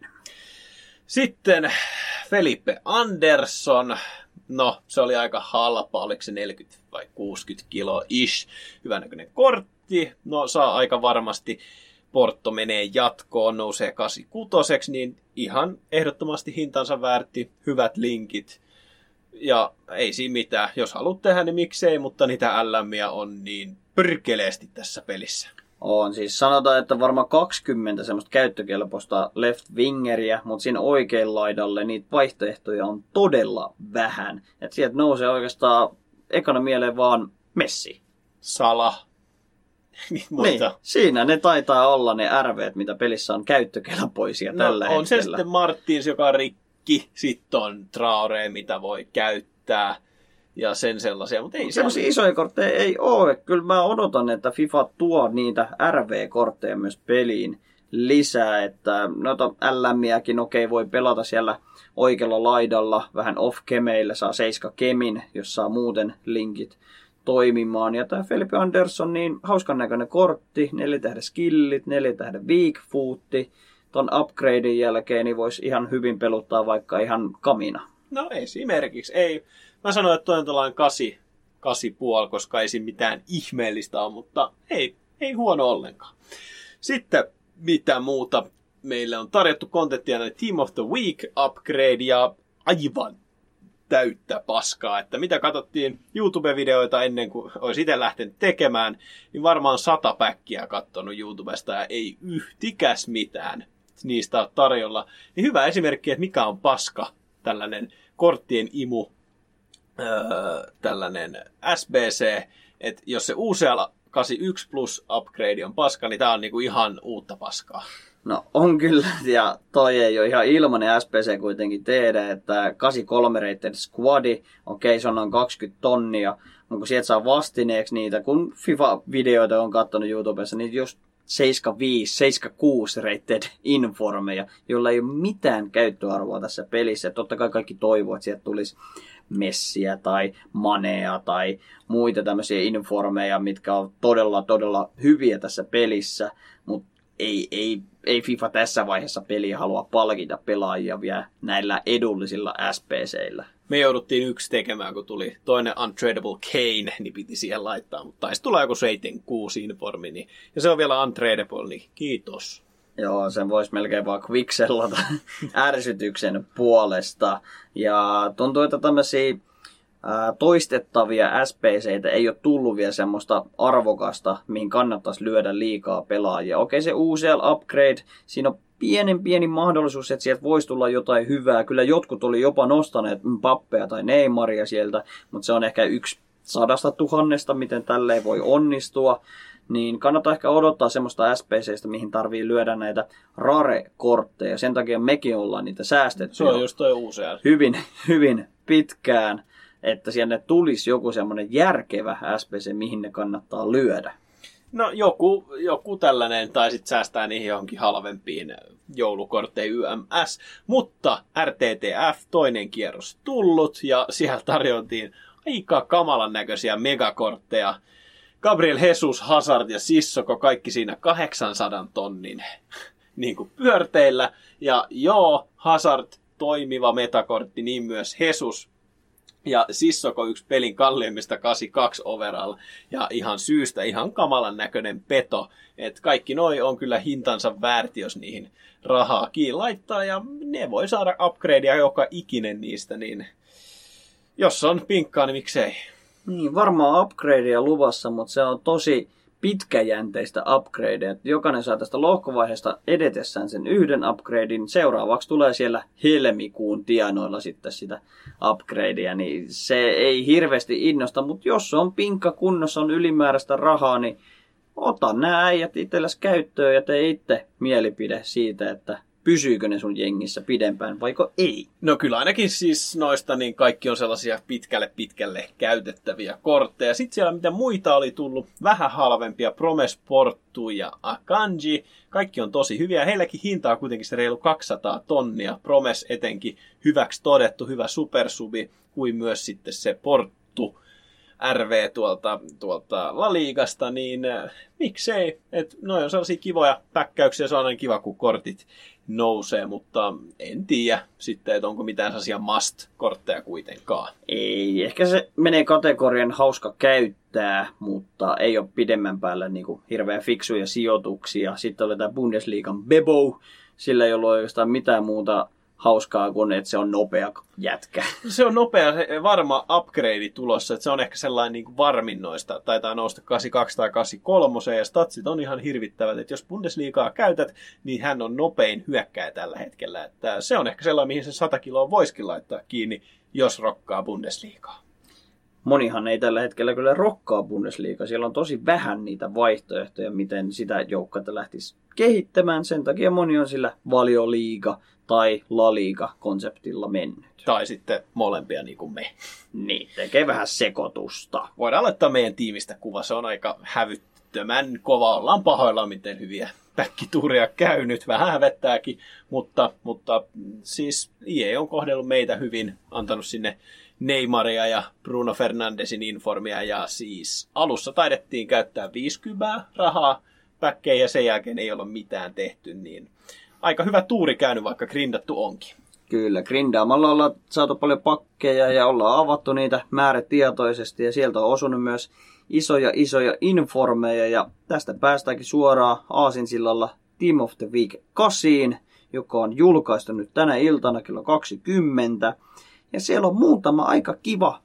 Sitten Felipe Andersson, no se oli aika halpa, oliko se neljäkymmentä vai kuusikymmentä kiloa ish, hyvänäköinen kortti, no saa aika varmasti. Porto menee jatkoon, nousee kahdeksankymmentäkuusi, niin ihan ehdottomasti hintansa väärti, hyvät linkit. Ja ei siinä mitään, jos haluat tehdä, niin miksei, mutta niitä L M:iä on niin pyrkeleesti tässä pelissä. On, siis sanotaan, että varmaan kaksikymmentä semmoista käyttökelpoista left wingeriä, mutta siinä oikein laidalle niitä vaihtoehtoja on todella vähän. Että sieltä nousee oikeastaan ekana mieleen vaan Messi. Salah. Niin, siinä ne taitaa olla ne R V:t, mitä pelissä on käyttökelpoisia no, tällä hetkellä. On se sitten Martins, joka on rikki, sitten on Traore, mitä voi käyttää. ja sen sellaisia, mutta ei sellaisia isoja kortteja ei ole. Kyllä mä odotan, että FIFA tuo niitä R V-kortteja myös peliin lisää, että noita L M:iäkin okei voi pelata siellä oikealla laidalla, vähän off-kemeillä, saa seiska kemin, jos saa muuten linkit toimimaan. Ja tämä Felipe Andersson, niin hauskan näköinen kortti, neljä tähden skillit, neljä tähden weak footti. Ton upgradein jälkeen niin voisi ihan hyvin peluttaa vaikka ihan kamina. No esimerkiksi, ei. Mä sanoin, että toi on tällainen kasi, kasi puoli, koska ei siinä mitään ihmeellistä ole, mutta ei, ei huono ollenkaan. Sitten mitä muuta meille on tarjottu kontenttia, Team of the Week upgrade ja aivan täyttä paskaa, että mitä katsottiin YouTube-videoita ennen kuin olisi itse lähtenyt tekemään, niin varmaan sata päkkiä katsonut YouTubesta ja ei yhtikäs mitään niistä on tarjolla. Niin hyvä esimerkki, että mikä on paska, tällainen korttien imu, öö, tällainen S B C, että jos se U C L kahdeksankymmentäyksi plus upgrade on paska, niin tää on niinku ihan uutta paskaa. No on kyllä, ja toi ei ole ihan ilmainen S P C kuitenkin tehdä, että kahdeksankymmentäkolme rated squadi, okei se on noin kaksikymmentä tonnia, mutta kun sieltä saa vastineeksi niitä, kun FIFA-videoita on katsonut YouTubessa, niin just seitsemänkymmentäviisi, seitsemänkymmentäkuusi rated informeja, jolla ei ole mitään käyttöarvoa tässä pelissä. Totta kai kaikki toivoo, että sieltä tulisi Messiä tai Manea tai muita tämmöisiä informeja, mitkä on todella, todella hyviä tässä pelissä, mutta ei, ei, ei FIFA tässä vaiheessa peliä halua palkita pelaajia vielä näillä edullisilla S P C:illä. Me jouduttiin yksi tekemään, kun tuli toinen Untradable Kane, niin piti siihen laittaa, mutta taisi tulla joku seitsemänkymmentäkuusi informi, niin, ja se on vielä Untradable, niin kiitos. Joo, sen voisi melkein vaan quicksellata ärsytyksen puolesta. Ja tuntuu, että tämmöisiä ää, toistettavia S P C:itä ei ole tullut vielä semmoista arvokasta, mihin kannattaisi lyödä liikaa pelaajia. Okei, se U C L upgrade, siinä on pienen pieni mahdollisuus, että sieltä voisi tulla jotain hyvää. Kyllä jotkut oli jopa nostaneet Mbappea tai Neymaria sieltä, mutta se on ehkä yksi sadasta tuhannesta, miten tälleen voi onnistua. Niin kannattaa ehkä odottaa semmoista S P C:stä, mihin tarvii lyödä näitä rare-kortteja. Sen takia mekin ollaan niitä säästetty. Se on just toi U C L. Hyvin, hyvin pitkään, että sieltä tulisi joku semmoinen järkevä S P C, mihin ne kannattaa lyödä. No joku, joku tällainen, tai sitten säästää niihin johonkin halvempiin joulukortteihin Y M S. Mutta R T T F toinen kierros tullut, ja siellä tarjottiin aika kamalan näköisiä megakortteja. Gabriel Jesus, Hazard ja Sissoko, kaikki siinä kahdeksansadan tonnin niin kuin pyörteillä. Ja joo, Hazard toimiva metakortti, niin myös Jesus. Ja Sissoko yksi pelin kalliimmista kahdeksankymmentäkaksi overall. Ja ihan syystä ihan kamalan näköinen peto. Että kaikki noi on kyllä hintansa väärti, jos niihin rahaa kiinni laittaa. Ja ne voi saada upgradea joka ikinen niistä. Niin jos on pinkkaa, niin miksei. Niin, varmaan upgradea luvassa, mutta se on tosi pitkäjänteistä upgradea. Jokainen saa tästä lohkovaiheesta edetessään sen yhden upgradein. Seuraavaksi tulee siellä helmikuun tienoilla sitten sitä upgradea, niin se ei hirveästi innosta. Mutta jos on pinkka kunnossa, on ylimääräistä rahaa, niin ota nämä äijät itsellesi käyttöön ja tee itse mielipide siitä, että pysyykö ne sun jengissä pidempään, vaiko ei? No kyllä ainakin siis noista niin kaikki on sellaisia pitkälle pitkälle käytettäviä kortteja. Sitten siellä mitä muita oli tullut, vähän halvempia, Promes Portu ja Akanji. Kaikki on tosi hyviä. Heilläkin hintaa kuitenkin se reilu kaksisataa tonnia. Promes etenkin hyväksi todettu, hyvä supersubi, kuin myös sitten se Portu R V tuolta, tuolta La Ligasta, niin äh, miksei. Et noi on sellaisia kivoja päkkäyksiä, se on aina kiva, kun kortit nousee, mutta en tiedä sitten, että onko mitään sellaisia must-kortteja kuitenkaan. Ei, ehkä se menee kategorian hauska käyttää, mutta ei ole pidemmän päällä niin kuin hirveän fiksuja sijoituksia. Sitten oli tämä Bundesliigan Bebo, sillä ei ollut oikeastaan mitään muuta hauskaa kuin, että se on nopea jätkä. Se on nopea, se varma upgrade tulossa, että se on ehkä sellainen niin kuin varminnoista. Taitaa nousta kahdeksankymmentäkaksi tai kahdeksankymmentäkolme ja statsit on ihan hirvittävät, että jos Bundesliigaa käytät, niin hän on nopein hyökkääjä tällä hetkellä. Että se on ehkä sellainen, mihin se sata kiloa voisikin laittaa kiinni, jos rokkaa Bundesliigaa. monihan ei tällä hetkellä kyllä rokkaa Bundesliiga. Siellä on tosi vähän niitä vaihtoehtoja, miten sitä joukkuetta lähtisi kehittämään. Sen takia moni on sillä valioliiga tai La Liga-konseptilla mennyt. Tai sitten molempia niin kuin me. Niin, tekee vähän sekoitusta. Voidaan laittaa meidän tiimistä kuva. Se on aika hävyttömän kova. Ollaan pahoillaan, miten hyviä päkkituuria käynyt. Vähän hävettääkin, mutta, mutta siis I E on kohdellut meitä hyvin. Antanut sinne Neymaria ja Bruno Fernandesin informia. Ja siis alussa taidettiin käyttää viisikymmentä rahaa päkkeihin ja sen jälkeen ei ole mitään tehty. Niin aika hyvä tuuri käynyt, vaikka grindattu onkin. Kyllä, grindaamalla ollaan saatu paljon pakkeja ja ollaan avattu niitä määrätietoisesti ja sieltä on osunut myös isoja isoja informeja ja tästä päästäänkin suoraan aasinsillalla Team of the Week kahdeksan, joka on julkaistu nyt tänä iltana kello kaksikymmentä. Ja siellä on muutama aika kiva,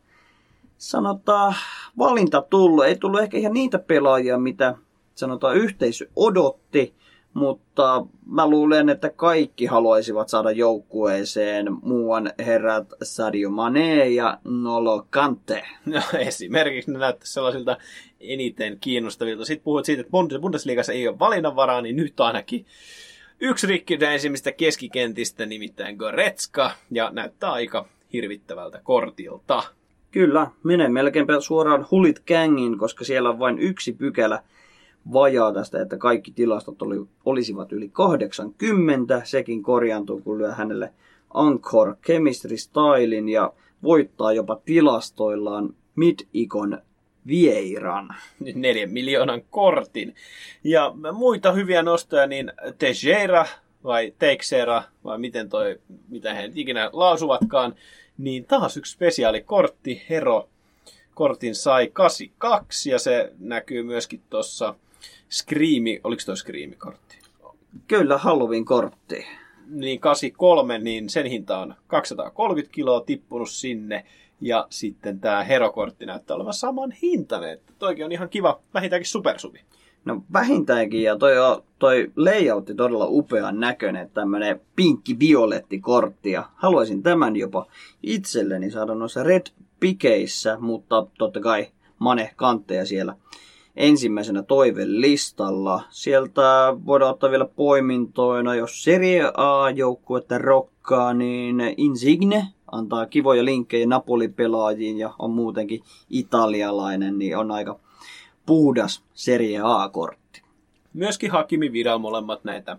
sanotaan, valinta tullut. Ei tullut ehkä ihan niitä pelaajia, mitä sanotaan yhteisö odotti. Mutta mä luulen, että kaikki haluaisivat saada joukkueeseen muuan herrat Sadio Mané ja N'Golo Kante. No, esimerkiksi ne näyttäisi sellaisilta eniten kiinnostavilta. Sitten puhuit siitä, että Bundesliigassa ei ole valinnanvaraa, niin nyt ainakin yksi rikkiyden ensimmäistä keskikentistä, nimittäin Goretzka, ja näyttää aika hirvittävältä kortilta. Kyllä, menee melkeinpä suoraan Hulit Gängiin, koska siellä on vain yksi pykälä vajaa tästä, että kaikki tilastot oli, olisivat yli kahdeksankymmentä. Sekin korjaantuu, kun lyö hänelle Anchor Chemistry Stylin ja voittaa jopa tilastoillaan Mid-Icon Vieiran. Nyt neljän miljoonan kortin. Ja muita hyviä nostoja, niin Teixeira vai Teixeira, vai miten toi, mitä he ikinä lausuvatkaan, niin taas yksi spesiaalikortti, Hero. Kortin sai kahdeksankymmentäkaksi ja se näkyy myöskin tuossa Screami, oliko toi Screami-kortti? Kyllä, Halloween-kortti. Niin kahdeksankymmentäkolme, niin sen hinta on kaksisataakolmekymmentä kiloa tippunut sinne. Ja sitten tämä Hero-kortti näyttää olevan saman hintainen. Toikin on ihan kiva, vähintäänkin supersuvi. No vähintäänkin, ja toi, toi layoutti todella upean näköinen, tämmönen pinkki-violetti kortti. Ja haluaisin tämän jopa itselleni saada noissa red pikeissä, mutta totta kai Mane Kanteja siellä ensimmäisenä toivelistalla. Sieltä voidaan ottaa vielä poimintoina, jos Serie A-joukkuetta rokkaa, niin Insigne antaa kivoja linkkejä Napoli-pelaajiin ja on muutenkin italialainen, niin on aika puhdas Serie A-kortti. Myöskin Hakimi Vidal molemmat näitä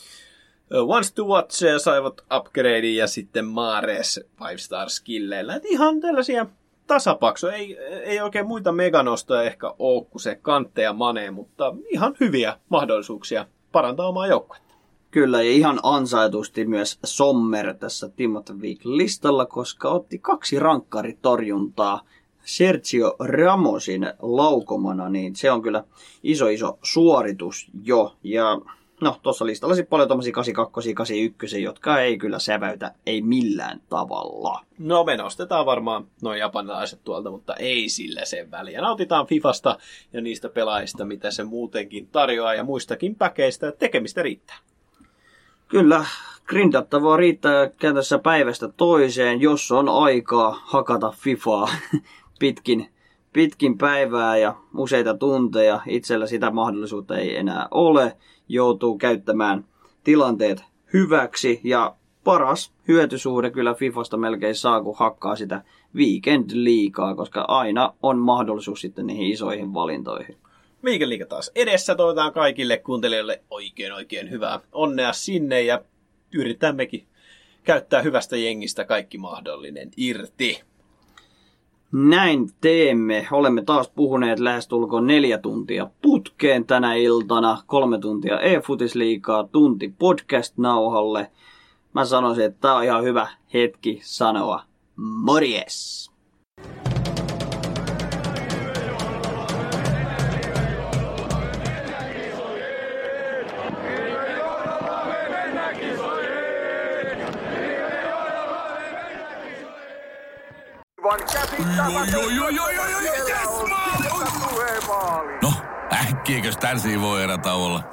Wants to Watch saivat upgradein ja sitten Mares five star skilleillä. Et ihan tällaisia tasapaksoja. Ei, ei oikein muita meganostoja ehkä ole kuin se Kante ja Mane, mutta ihan hyviä mahdollisuuksia parantaa omaa joukkuetta. Kyllä, ja ihan ansaitusti myös Sommer tässä Team of the Week-listalla, koska otti kaksi rankkaritorjuntaa Sergio Ramosin laukomana, niin se on kyllä iso iso suoritus jo. Ja no, tuossa listalla sitten paljon tommosia kahdeksankymmentäkaksi, kahdeksankymmentäyksi, jotka ei kyllä säväytä, ei millään tavalla. No, me nostetaan varmaan noin japanilaiset tuolta, mutta ei sillä sen väliä. Nautitaan Fifasta ja niistä pelaajista, mitä se muutenkin tarjoaa, ja muistakin päkeistä tekemistä riittää. Kyllä, grindattavaa riittää käytössä päivästä toiseen, jos on aikaa hakata Fifaa pitkin, pitkin päivää ja useita tunteja. Itsellä sitä mahdollisuutta ei enää ole. Joutuu käyttämään tilanteet hyväksi ja paras hyötysuhde kyllä Fifasta melkein saa, kun hakkaa sitä weekend-liigaa, koska aina on mahdollisuus sitten niihin isoihin valintoihin. Weekend-liiga taas edessä. Toivotaan kaikille kuuntelijoille oikein oikein hyvää onnea sinne ja yritämmekin käyttää hyvästä jengistä kaikki mahdollinen irti. Näin teemme. Olemme taas puhuneet lähestulkoon neljä tuntia putkeen tänä iltana. Kolme tuntia e-futisliigaa, tunti podcast-nauhalle. Mä sanoisin, että tää on ihan hyvä hetki sanoa morjes! No, äkkiäkös tän voi erätä olla?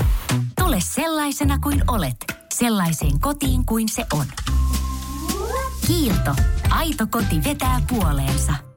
Tule sellaisena kuin olet, sellaiseen kotiin kuin se on. Kiilto. Aito koti vetää puoleensa.